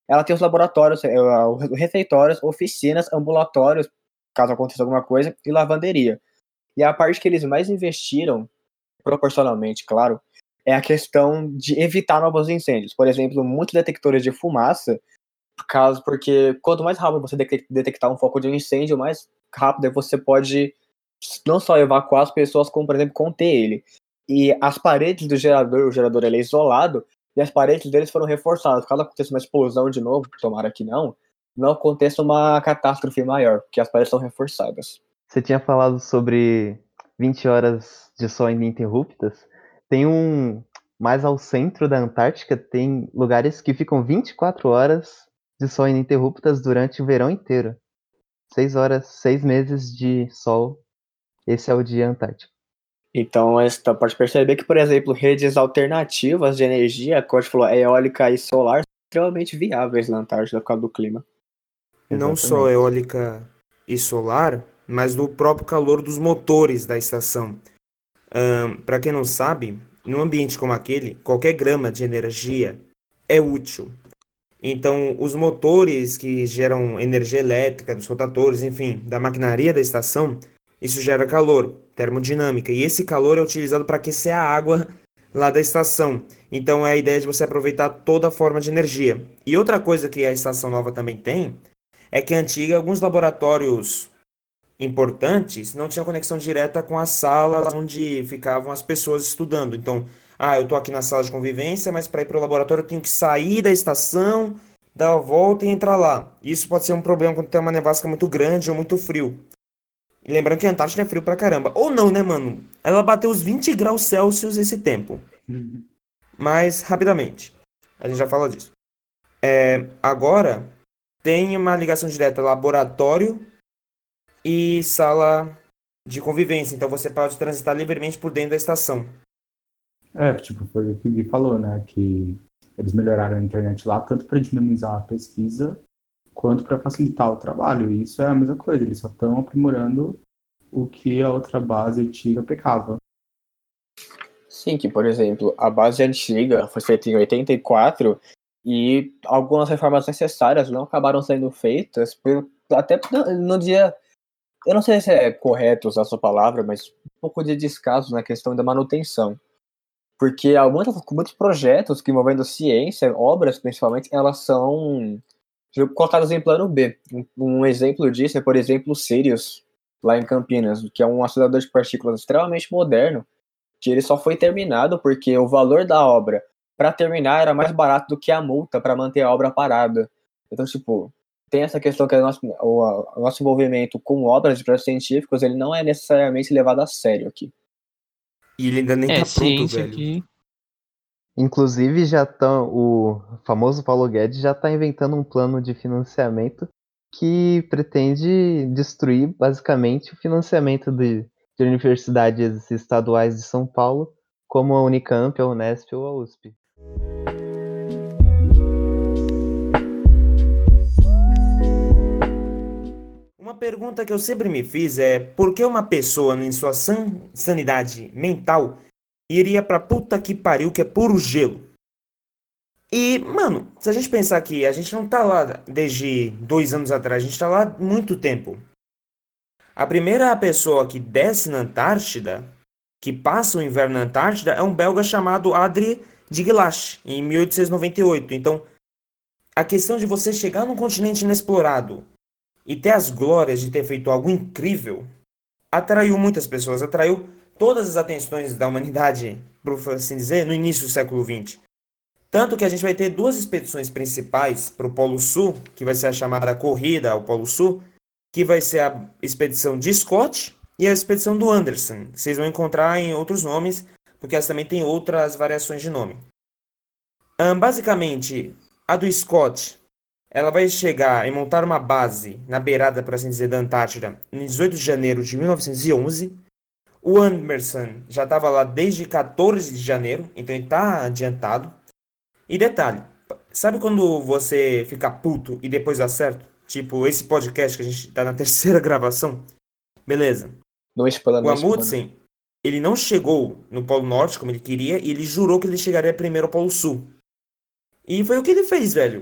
ela tem os laboratórios, é, os refeitórios, oficinas, ambulatórios, caso aconteça alguma coisa, e lavanderia. E a parte que eles mais investiram, proporcionalmente, claro, é a questão de evitar novos incêndios. Por exemplo, muitos detectores de fumaça, caso, porque quanto mais rápido você detectar um foco de um incêndio, mais rápido você pode não só evacuar as pessoas, como, por exemplo, conter ele. E as paredes do gerador, o gerador ele é isolado, e as paredes deles foram reforçadas. Caso aconteça uma explosão de novo, tomara que não, não aconteça uma catástrofe maior, porque as paredes são reforçadas. Você tinha falado sobre vinte horas de sol ininterruptas. Tem um, mais ao centro da Antártica, tem lugares que ficam vinte e quatro horas de sol ininterruptas durante o verão inteiro. Seis horas, seis meses de sol. Esse é o dia antártico. Então, você pode perceber que, por exemplo, redes alternativas de energia, como a gente falou, eólica e solar, são extremamente viáveis na Antártida por causa do clima. Não Exatamente. só eólica e solar, mas do próprio calor dos motores da estação. Um, Para quem não sabe, num ambiente como aquele, qualquer grama de energia é útil. Então, os motores que geram energia elétrica, dos rotadores, enfim, da maquinaria da estação, isso gera calor, termodinâmica, e esse calor é utilizado para aquecer a água lá da estação. Então, é a ideia de você aproveitar toda a forma de energia. E outra coisa que a estação nova também tem, é que a antiga, alguns laboratórios importantes não tinham conexão direta com as salas onde ficavam as pessoas estudando. Então, ah, eu estou aqui na sala de convivência, mas para ir para o laboratório eu tenho que sair da estação, dar a volta e entrar lá. Isso pode ser um problema quando tem uma nevasca muito grande ou muito frio. E lembrando que a Antártida é frio pra caramba. Ou não, né, mano? Ela bateu os vinte graus Celsius esse tempo. Mas, rapidamente, a gente já fala disso. É, agora, tem uma ligação direta laboratório e sala de convivência. Então, você pode transitar livremente por dentro da estação. É, tipo, foi o que o Gui falou, né? Que eles melhoraram a internet lá tanto para dinamizar a pesquisa quanto para facilitar o trabalho. E isso é a mesma coisa, eles só estão aprimorando o que a outra base antiga pecava. Sim, que, por exemplo, a base antiga foi feita em oitenta e quatro e algumas reformas necessárias não acabaram sendo feitas, por, até no dia... Eu não sei se é correto usar essa palavra, mas um pouco de descaso na questão da manutenção. Porque alguns, muitos projetos que envolvendo ciência, obras principalmente, elas são colocadas em plano B. Um, um exemplo disso é, por exemplo, o Sirius, lá em Campinas, que é um acelerador de partículas extremamente moderno, que ele só foi terminado porque o valor da obra para terminar era mais barato do que a multa para manter a obra parada. Então, tipo, tem essa questão que o nosso, o, o nosso envolvimento com obras de projetos científicos, ele não é necessariamente levado a sério aqui. E ele ainda nem É, tá pronto, ciência velho. aqui. Inclusive, já estão, o famoso Paulo Guedes já está inventando um plano de financiamento que pretende destruir, basicamente, o financiamento de, de universidades estaduais de São Paulo, como a Unicamp, a Unesp ou a U S P. Uma pergunta que eu sempre me fiz é por que uma pessoa em sua san- sanidade mental iria pra puta que pariu, que é puro gelo? E, mano, se a gente pensar que a gente não tá lá desde dois anos atrás, a gente tá lá há muito tempo. A primeira pessoa que desce na Antártida, que passa o inverno na Antártida, é um belga chamado Adrien de Guilache, em mil oitocentos e noventa e oito. Então, a questão de você chegar num continente inexplorado e ter as glórias de ter feito algo incrível, atraiu muitas pessoas, atraiu todas as atenções da humanidade, por assim dizer, no início do século vinte. Tanto que a gente vai ter duas expedições principais para o Polo Sul, que vai ser a chamada Corrida ao Polo Sul, que vai ser a expedição de Scott e a expedição do Anderson. Vocês vão encontrar em outros nomes, porque elas também têm outras variações de nome. Um, basicamente, a do Scott, ela vai chegar e montar uma base na beirada, por assim dizer, da Antártida, em dezoito de janeiro de mil novecentos e onze. O Anderson já estava lá desde quatorze de janeiro, então ele está adiantado. E detalhe, sabe quando você fica puto e depois dá certo? Tipo, esse podcast que a gente tá na terceira gravação. Beleza. Não explana, O não explana. Amundsen, ele não chegou no Polo Norte como ele queria e ele jurou que ele chegaria primeiro ao Polo Sul. E foi o que ele fez, velho.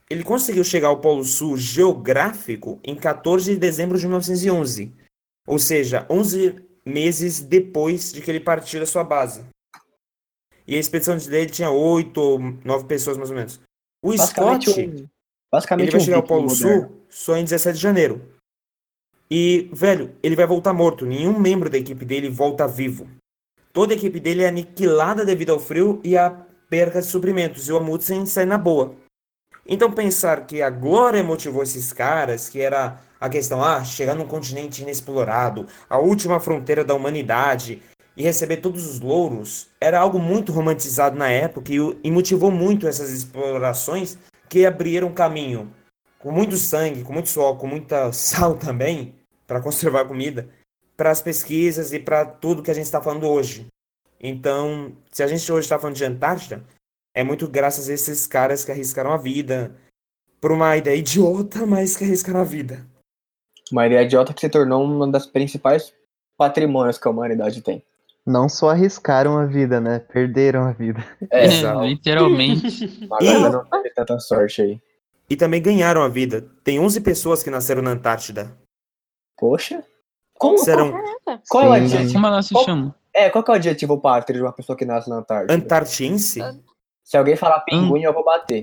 ele conseguiu chegar ao Polo Sul geográfico em quatorze de dezembro de mil novecentos e onze. Ou seja, onze meses depois de que ele partiu da sua base. E a expedição dele tinha oito ou nove pessoas, mais ou menos. O Basicamente Scott, um- Basicamente ele vai um chegar ao viking Polo moderno. Sul só em dezessete de janeiro. E, velho, ele vai voltar morto. Nenhum membro da equipe dele volta vivo. Toda a equipe dele é aniquilada devido ao frio e à perca de suprimentos. E o Amundsen sai na boa. Então pensar que a glória motivou esses caras, que era a questão, ah, chegar num continente inexplorado, a última fronteira da humanidade, e receber todos os louros, era algo muito romantizado na época e, o- e motivou muito essas explorações que abriram caminho, com muito sangue, com muito suor, com muita sal também, para conservar a comida, para as pesquisas e para tudo que a gente está falando hoje. Então, se a gente hoje está falando de Antártida, é muito graças a esses caras que arriscaram a vida por uma ideia idiota, mas que arriscaram a vida. Uma ideia idiota que se tornou uma das principais patrimônios que a humanidade tem. Não só arriscaram a vida, né? Perderam a vida. É, Exato. literalmente. a galera não teve tanta sorte aí. E também ganharam a vida. Tem onze pessoas que nasceram na Antártida. Poxa. Como Serão Qual é o Sim. adjetivo? Como ela se Qual- chama? É, qual que é o adjetivo pátrio de uma pessoa que nasce na Antártida? antartiense, Se alguém falar pinguim, eu vou bater.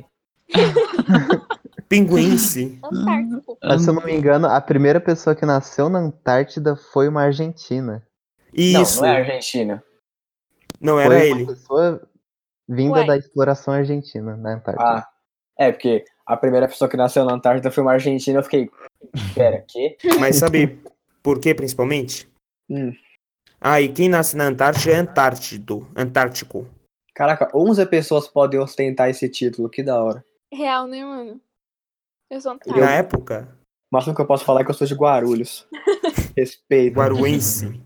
pinguinse. Antártico. Mas se eu não me engano, a primeira pessoa que nasceu na Antártida foi uma argentina. Isso. Não, não é Argentina. Não era Foi ele. uma pessoa vinda Ué. da exploração argentina na Antártida. Ah, é, porque a primeira pessoa que nasceu na Antártida foi uma argentina, eu fiquei, pera, quê? Mas sabe por que, principalmente? Hum. Ah, e quem nasce na Antártida é Antártido. Antártico. Caraca, onze pessoas podem ostentar esse título, que da hora. Real, né, mano? Eu sou Na Antártico. época, O máximo que eu posso falar é que eu sou de Guarulhos. Respeito. guaruense.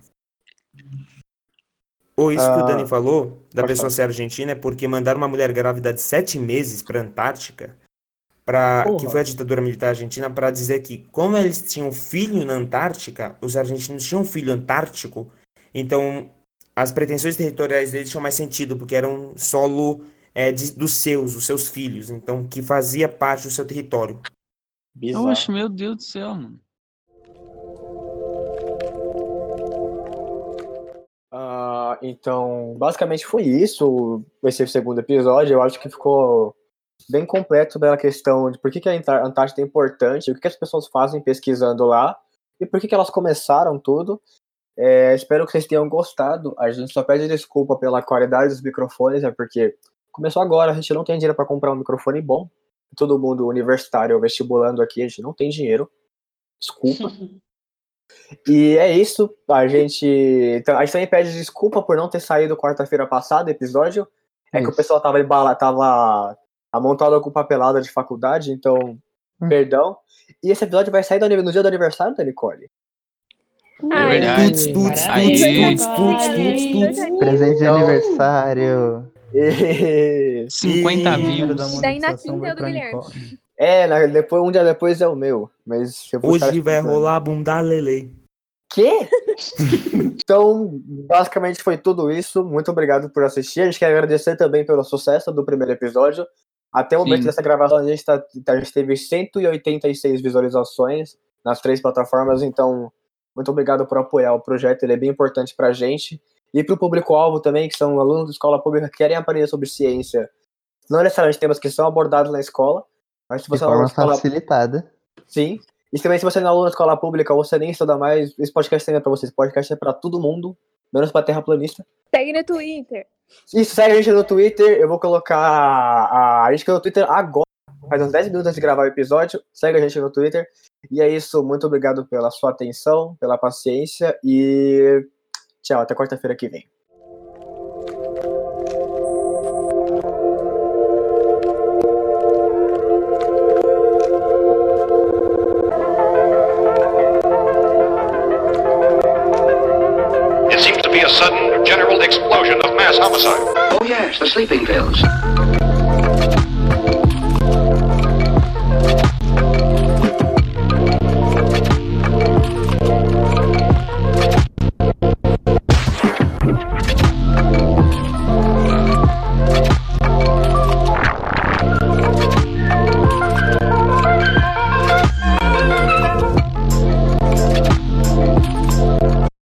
Ou isso que o Ah, Dani falou, da pode pessoa falar. ser argentina, é porque mandaram uma mulher grávida de sete meses pra Antártica, pra, que Porra. foi a ditadura militar argentina, para dizer que, como eles tinham filho na Antártica, os argentinos tinham um filho antártico, então as pretensões territoriais deles tinham mais sentido, porque era um solo é, de- dos seus, os seus filhos, então que fazia parte do seu território. Bizarro. Oxe, meu Deus do céu, mano. Ah, então, basicamente foi isso. Esse segundo episódio. Eu acho que ficou bem completo pela questão de por que, que a Antár- Antártida é importante, o que, que as pessoas fazem pesquisando lá e por que, que elas começaram tudo. É, espero que vocês tenham gostado. A gente só pede desculpa pela qualidade dos microfones, é porque começou agora, a gente não tem dinheiro para comprar um microfone bom. Todo mundo universitário vestibulando aqui, a gente não tem dinheiro. Desculpa. E é isso, a gente, então, a gente também pede desculpa por não ter saído quarta-feira passada o episódio. É que o Isso. pessoal tava, embala, tava amontado com papelada de faculdade, então, Hum. perdão. E esse episódio vai sair do, no dia do aniversário da Nicole. É verdade. Tuts, tuts, Parabéns, tuts, Nicole. tuts, tuts, tuts. Presente de Então- aniversário. E- cinquenta E- views. E daí na quinta é o do Guilherme. É, na- depois, um dia depois é o meu. Mas eu vou estar Hoje vai escutando. rolar a bunda lele. Quê? Então, basicamente foi tudo isso. Muito obrigado por assistir. A gente quer agradecer também pelo sucesso do primeiro episódio. Até o momento Sim. dessa gravação, a gente, tá, a gente teve cento e oitenta e seis visualizações nas três plataformas. Então, muito obrigado por apoiar o projeto. Ele é bem importante pra gente. E pro público-alvo também, que são alunos de escola pública que querem aprender sobre ciência. Não necessariamente temas que são abordados na escola, mas se De você é um aluno forma de escola facilitada. Sim. E também, se você não é aluno da escola pública ou você nem estuda mais, esse podcast também é pra vocês. Esse podcast é pra todo mundo, menos pra terraplanista. Segue no Twitter. Isso, segue a gente no Twitter. Eu vou colocar a, a gente que no Twitter agora, faz uns dez minutos antes de gravar o episódio. Segue a gente no Twitter. E é isso. Muito obrigado pela sua atenção, pela paciência. E tchau, até quarta-feira que vem. It seems to be a sudden general explosion of mass homicide. Oh, yes, the sleeping pills.